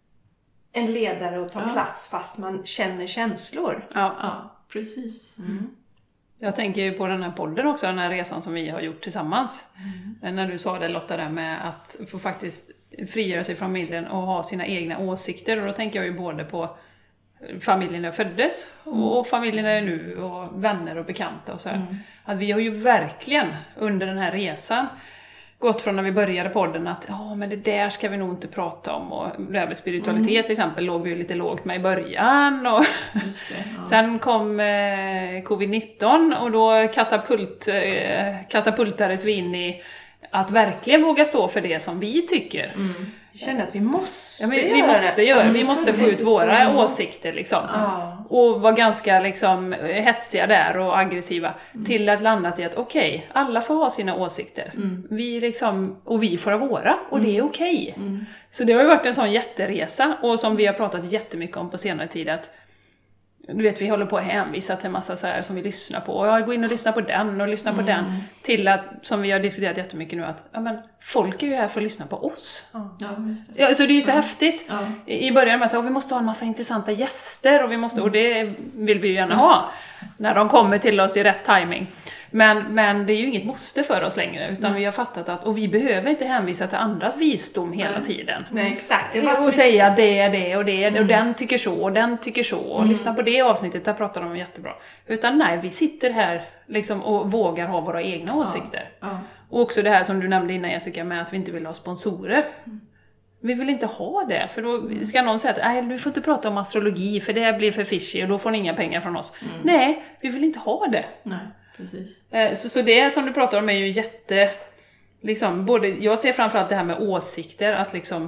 en ledare och ta ja. plats fast man känner känslor. Ja, ja precis. Mm. Jag tänker ju på den här podden också, den här resan som vi har gjort tillsammans. Mm. När du sa det Lotta där med att få faktiskt frigöra sig från familjen och ha sina egna åsikter. Och då tänker jag ju både på familjen jag föddes mm. och familjen jag är nu och vänner och bekanta och så här. Mm. Att vi har ju verkligen under den här resan gått från när vi började podden att ja men det där ska vi nog inte prata om, och det här med spiritualitet mm. till exempel låg vi ju lite lågt med i början och Just det, ja. Sen kom eh, covid nitton och då katapult, eh, katapultades vi in i att verkligen våga stå för det som vi tycker. Mm. Vi känner att vi måste ja, men, vi göra måste det. göra Alltså, vi måste få ut våra stå. åsikter liksom. Ah. Och var ganska liksom hetsiga där och aggressiva mm. till att landat i att okej, okay, alla får ha sina åsikter. Mm. Vi liksom, och vi får ha våra och mm. det är okej. Okay. Mm. Så det har ju varit en sån jätteresa och som vi har pratat jättemycket om på senare tid att du vet, vi håller på att hänvisa till en massa så här som vi lyssnar på. Och jag går in och lyssnar på den och lyssnar mm. på den. Till att, som vi har diskuterat jättemycket nu, att ja, men, folk är ju här för att lyssna på oss. Ja, just det. Ja, så det är ju så mm. häftigt. Ja. I, I början med att vi måste ha en massa intressanta gäster. Och, vi måste, och det vill vi ju gärna ha. När de kommer till oss i rätt timing. Men, men det är ju inget måste för oss längre, utan mm. vi har fattat att, och vi behöver inte hänvisa till andras visdom hela Nej. tiden. Nej, exakt. Och vi... säga att det är det och det, mm. och den tycker så, och den tycker så, och mm. lyssna på det avsnittet, där pratar de jättebra. Utan nej, vi sitter här liksom och vågar ha våra egna åsikter. Ja. Ja. Och också det här som du nämnde innan, Jessica, med att vi inte vill ha sponsorer. Mm. Vi vill inte ha det, för då ska någon säga att nej, du får inte prata om astrologi, för det blir för fishy och då får ni inga pengar från oss. Mm. Nej, vi vill inte ha det. Nej. Precis. Så, så det som du pratar om är ju jätte, liksom, både, jag ser framförallt det här med åsikter, att liksom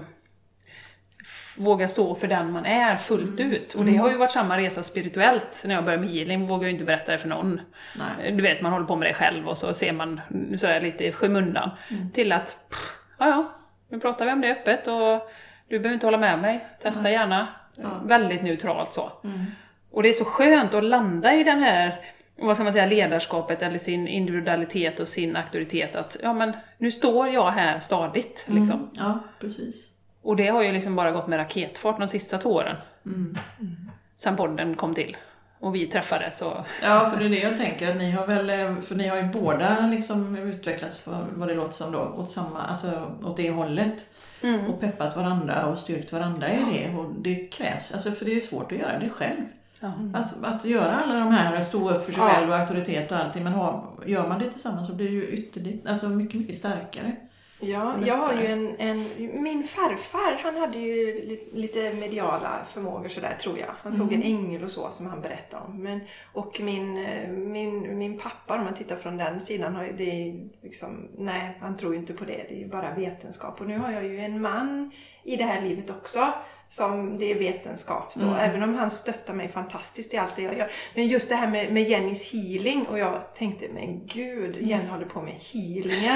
f- våga stå för den man är fullt mm. ut. Och det har ju varit samma resa spirituellt. När jag började med healing vågar jag ju inte berätta det för någon. Nej. Du vet, man håller på med det själv och så ser man så här lite i skymundan. Mm. Till att, pff, ja ja, nu pratar vi om det öppet och du behöver inte hålla med mig. Testa mm. gärna. Ja. Väldigt neutralt så. Mm. Och det är så skönt att landa i den här, vad ska man säga, ledarskapet eller sin individualitet och sin auktoritet, att ja, men nu står jag här stadigt liksom. Mm, ja, precis. Och det har ju liksom bara gått med raketfart de sista två åren. Mm. Mm. Sen podden kom till och vi träffades och... Ja, för det är det jag tänker, att ni har väl, för ni har ju båda liksom utvecklats, för vad det låter som då, åt samma, alltså åt det hållet. Mm. Och peppat varandra och styrkt varandra i det, och det krävs, alltså för det är svårt att göra det själv. Mm. Att, att göra alla de här, stå upp för sig själv och auktoritet och allting, men har, gör man det tillsammans så blir det ju ytterligt, alltså mycket, mycket starkare. Ja, jag har ju en, en, min farfar, han hade ju lite mediala förmågor sådär, tror jag. Han såg mm. en ängel och så som han berättade om. Men, och min, min, min pappa, om man tittar från den sidan, har ju det liksom, nej, han tror ju inte på det, det är ju bara vetenskap. Och nu har jag ju en man i det här livet också, som det är vetenskap då, mm. även om han stöttar mig fantastiskt i allt det jag gör. Men just det här med, med Jennys healing, och jag tänkte, men gud, Jenny håller på med healingen.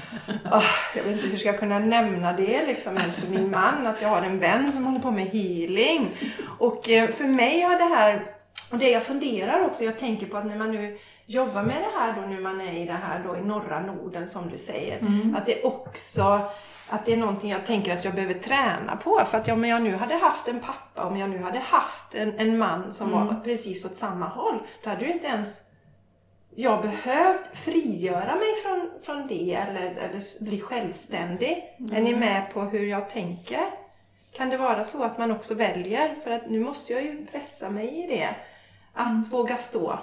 oh, jag vet inte hur ska jag kunna nämna det liksom för min man, att jag har en vän som håller på med healing. Och eh, för mig har det här, och det jag funderar också, jag tänker på att när man nu jobbar med det här då, när man är i det här då i norra Norden som du säger, mm. att det också... Att det är någonting jag tänker att jag behöver träna på. För att om jag nu hade haft en pappa, om jag nu hade haft en, en man som mm. var precis åt samma håll, då hade ju inte ens jag behövt frigöra mig från, från det eller, eller bli självständig. Mm. Är ni med på hur jag tänker? Kan det vara så att man också väljer? För att nu måste jag ju pressa mig i det. Att mm. våga stå.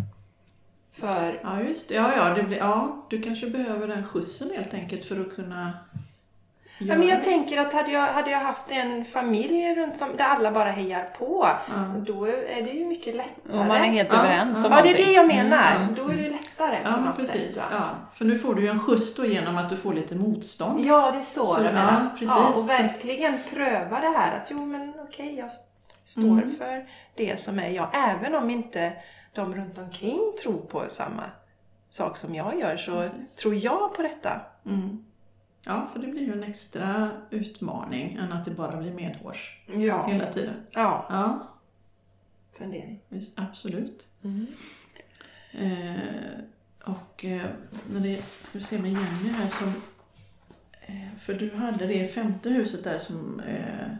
För... Ja, just det. Ja, ja, det blir, ja, du kanske behöver den skjutsen helt enkelt för att kunna... Ja, men jag tänker att hade jag, hade jag haft en familj runt som, där alla bara hejar på, mm. då är det ju mycket lättare. Och man är helt ja. överens om Ja, det är det jag menar. Mm. Då är det lättare på ja, något precis. sätt. Ja. För nu får du ju en skjuts då genom att du får lite motstånd. Ja, det är så, så det ja, precis. Ja, och verkligen pröva det här. Att jo, men okej, jag står mm. för det som är jag. Även om inte de runt omkring tror på samma sak som jag gör, så precis. Tror jag på detta. Mm. Ja, för det blir ju en extra utmaning än att det bara blir medhårs ja. Hela tiden. Ja. Ja. Fundering. Visst, absolut. Mm. Eh, och eh, när det, ska vi se med Jenny här som, eh, för du hade det femte huset där som, eh,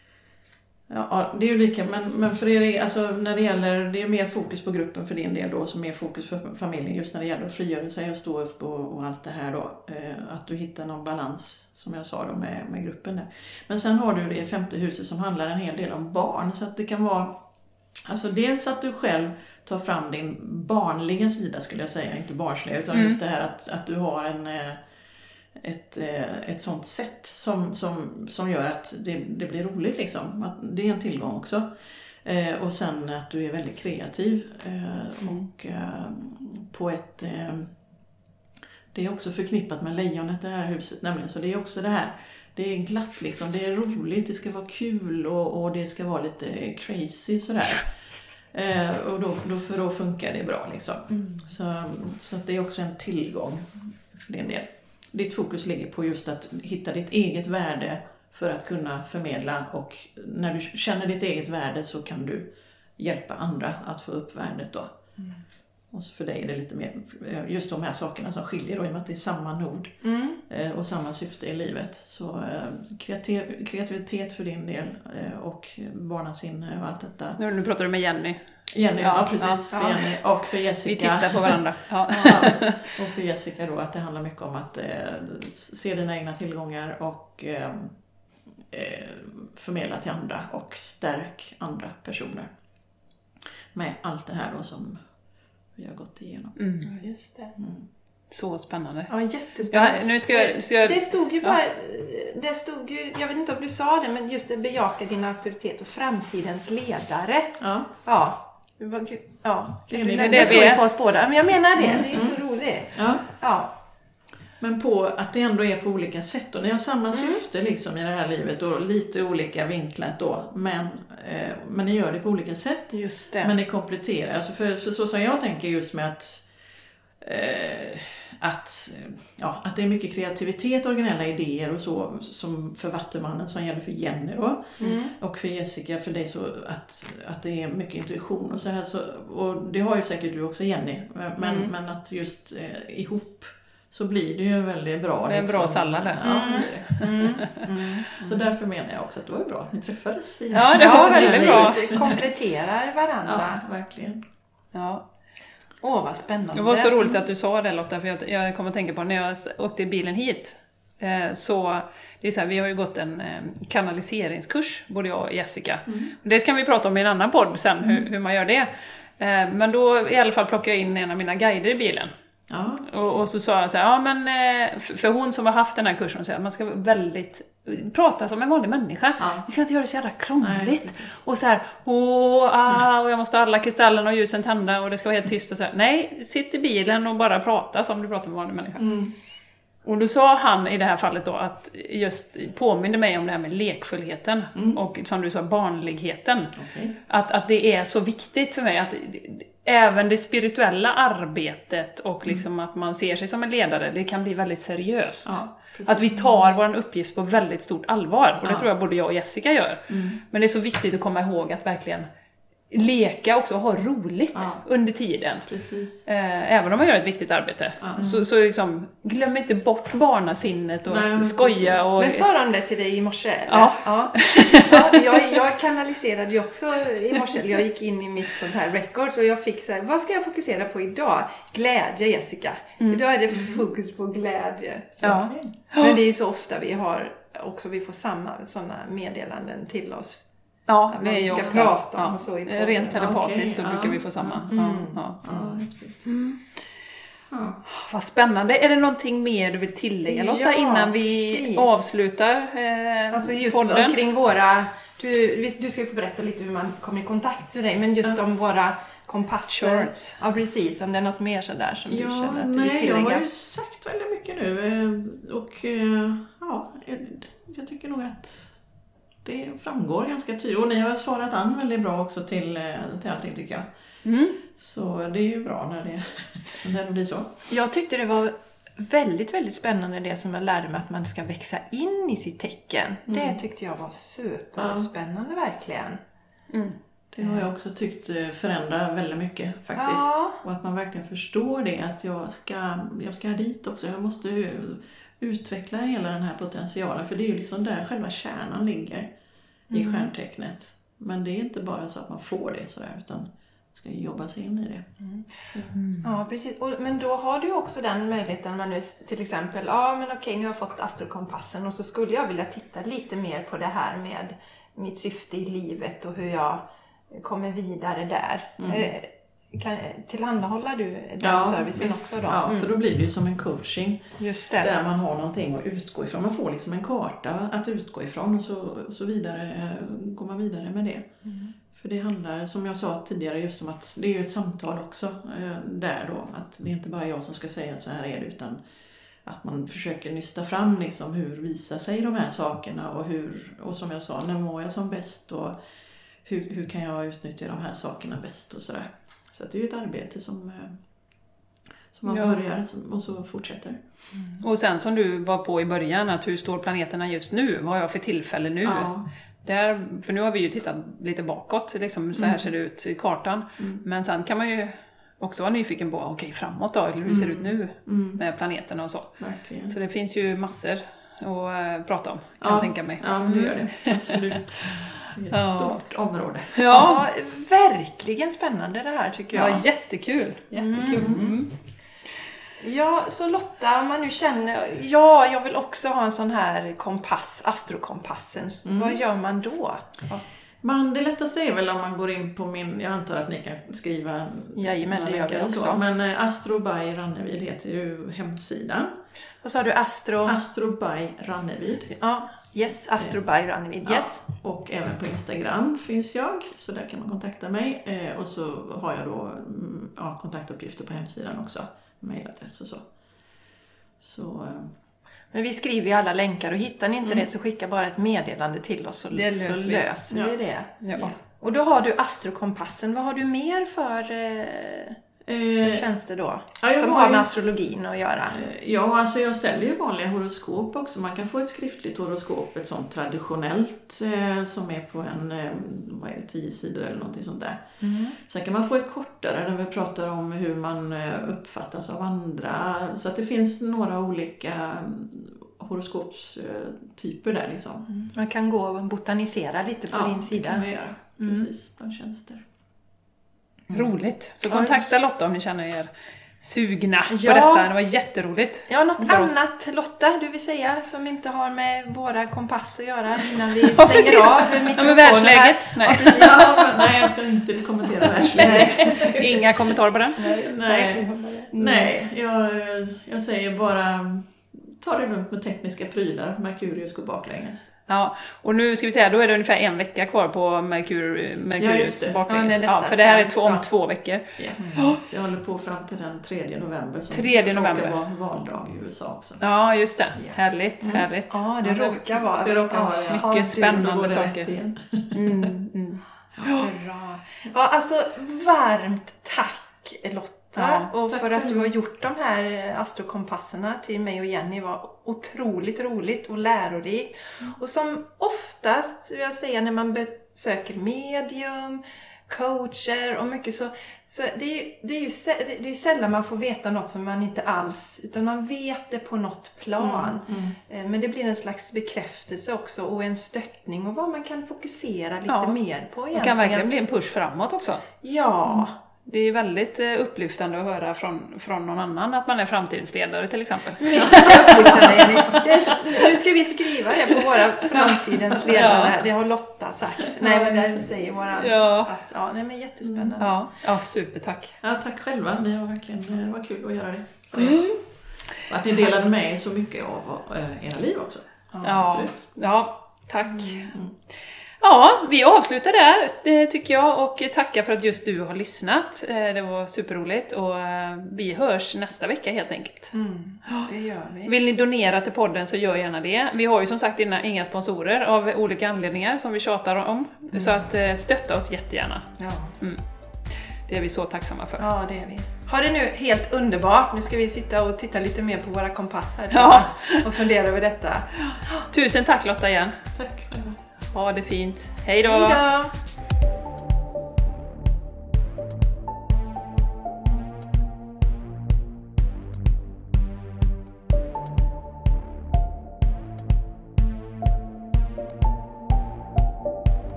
ja det är ju lika, men, men för er, alltså när det gäller, det är mer fokus på gruppen för din del då, som mer fokus för familjen just när det gäller att frigöra sig och stå upp och, och allt det här då, eh, att du hittar någon balans som jag sa då med, med gruppen där. Men sen har du det femte huset som handlar en hel del om barn, så att det kan vara, alltså dels att du själv tar fram din barnliga sida skulle jag säga, inte barnsliga, utan mm. just det här att, att du har en eh, Ett, ett sånt sätt som, som, som gör att det, det blir roligt liksom. Att det är en tillgång också. Eh, och sen att du är väldigt kreativ. Eh, och eh, på ett... Eh, det är också förknippat med lejonet det här huset nämligen. Så det är också det här. Det är glatt liksom. Det är roligt. Det ska vara kul. Och, och det ska vara lite crazy sådär. Eh, och då, då, för då funkar det bra liksom. Mm. Så, så att det är också en tillgång för din del. Ditt fokus ligger på just att hitta ditt eget värde för att kunna förmedla, och när du känner ditt eget värde så kan du hjälpa andra att få upp värdet då. Mm. Och så för dig är det lite mer just de här sakerna som skiljer då, i och med att det är samma nod mm. och samma syfte i livet. Så kreativ, kreativitet för din del och barnasinne och allt detta. Nu, nu pratar du med Jenny. Jenny, ja, ja precis. Ja. För Jenny och för Jessica. Vi tittar på varandra. Ja. Ja. Och för Jessica då att det handlar mycket om att eh, se dina egna tillgångar och eh, förmedla till andra och stärk andra personer. Med allt det här då som vi har gått igenom. Mm. Ja, just det. Mm. Så spännande. Ja, jättespännande. Ja, nu ska jag, ska jag... Det stod ju bara, ja. det stod ju, jag vet inte om du sa det, men just det, bejaka din auktoritet och framtidens ledare. Ja. Ja. Ja, det, det, det, det står ju på oss båda. Men jag menar det, mm. det är så roligt. Ja. Ja. Men på att det ändå är på olika sätt. Och ni har samma syfte mm. liksom i det här livet och lite olika vinklat då. Men, eh, men ni gör det på olika sätt. Just det. Men ni kompletterar. Alltså för, för så som jag tänker just med att, eh, att, ja, att det är mycket kreativitet, originella idéer och så som för Vattumannen som gäller för Jenny då. Mm. Och för Jessica för dig så att, att det är mycket intuition och så här. Så, och det har ju säkert du också Jenny. Men, mm. men att just eh, ihop så blir det ju väldigt bra. Det är en liksom. Bra sallad där. Ja, mm. Mm. Så därför menar jag också att det var bra att ni träffades. I ja, det var ja, väldigt bra. Det kompletterar varandra. Ja, verkligen. Ja. Åh, vad spännande. Det var så roligt att du sa det, Lotta, för jag, jag kommer att tänka på när jag åkte i bilen hit. Eh, så det är så här, vi har ju gått en eh, kanaliseringskurs, både jag och Jessica. Mm. Det ska vi prata om i en annan podd sen, mm. hur, hur man gör det. Eh, men då i alla fall plockade jag in en av mina guider i bilen. Ja. Och, och så sa jag så här, ja men för hon som har haft den här kursen säger att man ska väldigt prata som en vanlig människa. Ja. Vi ska inte göra det så jävla krångligt. Nej, och så här, åh, ah, och jag måste ha alla kristallen och ljusen tända och det ska vara helt tyst och så här. Nej, sitt i bilen och bara prata som du pratar med en vanlig människa. Mm. Och då sa han i det här fallet då att just påminner mig om det här med lekfullheten mm. och som du sa, barnligheten. Okay. Att, att det är så viktigt för mig att även det spirituella arbetet och liksom mm. att man ser sig som en ledare, det kan bli väldigt seriöst. Ja, att vi tar vår uppgift på väldigt stort allvar. Och det ja. tror jag både jag och Jessica gör. Mm. Men det är så viktigt att komma ihåg att verkligen leka också och ha roligt ja. under tiden. Precis. Eh, även om man gör ett viktigt arbete. Ja. Så, så liksom, glöm inte bort barnasinnet och Nej, skoja. Och... Men sa de det till dig i morse? Eller? Ja. ja. ja jag, jag kanaliserade ju också i morse. Jag gick in i mitt sånt här records och jag fick så här, vad ska jag fokusera på idag? Glädje, Jessica. Mm. Idag är det fokus på glädje. Så. Ja. Men det är så ofta vi har också, vi får samma sådana meddelanden till oss. Ja, det är vi ju ska ofta, prata om ja, och så i podden. Rent telepatiskt, okay, då brukar ja. vi få samma. Mm. Ja, ja. Ja, mm. Ja. Vad spännande. Är det någonting mer du vill tillägga, Lotta, ja, innan vi precis. avslutar eh, alltså just podden? Kring våra... Du, du ska ju få berätta lite hur man kommer i kontakt med dig, men just om våra kompasser. Shorts. Ja, precis. Om det är något mer sådär som ja, du känner att du nej, vill tillägga. jag har ju sagt väldigt mycket nu. Och ja, jag tycker nog att det framgår ganska tydligt. Och ni har svarat an väldigt bra också till, till allting, tycker jag. Mm. Så det är ju bra när det, när det blir så. Jag tyckte det var väldigt, väldigt spännande det som jag lärde mig, att man ska växa in i sitt tecken. Mm. Det tyckte jag var superspännande, ja. verkligen. Mm. Det har jag också tyckt förändra väldigt mycket faktiskt. Ja. Och att man verkligen förstår det, att jag ska, jag ska dit också. Jag måste utveckla hela den här potentialen. För det är ju liksom där själva kärnan ligger i mm. stjärntecknet. Men det är inte bara så att man får det sådär, utan ska jobba sig in i det. Mm. Mm. Ja, precis. Och, men då har du också den möjligheten, man nu till exempel, ja men okej, nu har jag fått astrokompassen och så skulle jag vilja titta lite mer på det här med mitt syfte i livet och hur jag kommer vidare där. Mm. Kan, tillhandahålla du den ja, servicen visst. också då? Ja, för då blir det ju som en coaching. Just det. Där man har någonting att utgå ifrån. Man får liksom en karta att utgå ifrån och så, så vidare, går man vidare med det. Mm. För det handlar, som jag sa tidigare, just om att det är ju ett samtal också där då. Att det är inte bara jag som ska säga att så här är det, utan att man försöker nysta fram liksom hur visar sig de här sakerna och hur, och som jag sa, när mår jag som bäst och hur, hur kan jag utnyttja de här sakerna bäst och sådär. Så att det är ju ett arbete som, som man ja. börjar och så fortsätter. Mm. Och sen som du var på i början, att hur står planeterna just nu? Vad har jag för tillfälle nu? Ja. Där, för nu har vi ju tittat lite bakåt, liksom, så här Mm. ser det ut i kartan. Mm. Men sen kan man ju också vara nyfiken på, okej okay, framåt då, eller hur ser det ut nu Mm. med planeterna och så. Verkligen. Så det finns ju massor att uh, prata om, kan Ja. jag tänka mig. Ja, men det gör det. Absolut. Det är ett Ja. stort område. Ja, Ja, verkligen spännande det här tycker jag. ja jättekul. jättekul. Mm. Mm. Ja, så Lotta, om man nu känner, ja, jag vill också ha en sån här kompass, astrokompassen. Mm. Vad gör man då? Men det lättaste är väl om man går in på min, jag antar att ni kan skriva. Jajamän, det gör vi också. Så, men eh, Astro by Rannevid heter ju hemsidan. Vad sa du, astro? Astro by Rannevid. Ja, yes, astro by Rannevid, yes. Ja, och även på Instagram finns jag, så där kan man kontakta mig. Eh, och så har jag då mm, ja, kontaktuppgifter på hemsidan också, mailadress och så. Så eh, Men vi skriver ju alla länkar och hittar ni inte Mm. det så skicka bara ett meddelande till oss så Det löser så vi. löser vi Ja. det. Ja. Och då har du astrokompassen. Vad har du mer för, eh, för eh, tjänster då? ja, jag Som har har ju- med astrologin att göra. Eh, Ja, alltså jag ställer ju vanliga horoskop också. Man kan få ett skriftligt horoskop, ett sånt traditionellt eh, som är på en, eh, vad är det, tio sidor eller någonting sånt där. Mm. Sen kan man få ett kortare där vi pratar om hur man eh, uppfattas av andra. Så att det finns några olika mm, horoskopstyper där liksom. Man kan gå och botanisera lite på din det sida. kan man göra. Mm. Precis, bland tjänster. Roligt. Så Ja, kontakta Lotta om ni känner er sugna på Ja. detta. Det var jätteroligt. Ja, något Bra. annat Lotta du vill säga som inte har med våra kompass att göra innan vi Ja, stänger precis. av Ja, mikrofonen men världsläget. här. Nej. Precis. Ja, men, nej, jag ska inte kommentera världsläget. Inga kommentarer på den? Nej, nej jag, jag säger bara ta det lugnt med tekniska prylar. Merkurius går baklänges. Ja, och nu ska vi säga, då är det ungefär en vecka kvar på Merkur, Ja, Merkurius just det. baklänges. Ja, när Ja, detta för det här är sänds två, om då. två veckor. Ja. Jag håller på fram till den tredje november. Som tredje råkar november. vara valdag i U S A också. Ja, just det. Ja. Härligt, härligt. Ja, det råkar vara. Det råkar vara, ja. Mycket du- spännande Då går det saker. rätt igen. Mm, mm. Bra. Ja, alltså varmt tack Lotta. Ja, och tack för att du själv. har gjort de här astrokompasserna till mig och Jenny var otroligt roligt och lärorikt. Och som oftast vill jag säga när man besöker medium, coacher och mycket så, så det är ju, det är ju, sä- det är ju sällan man får veta något som man inte alls, utan man vet det på något plan. Mm, Eh, Men det blir en slags bekräftelse också och en stöttning och vad man kan fokusera lite Ja. mer på Det egentligen. kan verkligen bli en push framåt också. Ja, Det är väldigt eh, upplyftande att höra från, från någon annan att man är framtidens ledare till exempel. upplyftande, Jenny. Det, nu ska vi skriva det på våra framtidens ledare. Ja. Det har Lotta sagt. Nej, men det säger våra... Ja. Alltså, ja, nej, men jättespännande. Ja, ja supertack. Ja, tack själva. Ni har verkligen, det var kul att göra det. För er. Och att ni delade med er så mycket av eh, era liv också. Ja, absolut. ja tack. Ja, vi avslutar där eh, tycker jag och tackar för att just du har lyssnat. Eh, Det var superroligt och eh, vi hörs nästa vecka helt enkelt. Mm, det gör vi. Vill ni donera till podden så gör gärna det. Vi har ju som sagt inga inga sponsorer av olika anledningar som vi tjatar om. Så att eh, stötta oss jättegärna. Ja. Det är vi så tacksamma för. ja, det är vi. Ha det nu helt underbart. Nu ska vi sitta och titta lite mer på våra kompasser Ja. och fundera över detta. Tusen tack Lotta igen. Tack själva. Ha det fint. Hej då! Hej då!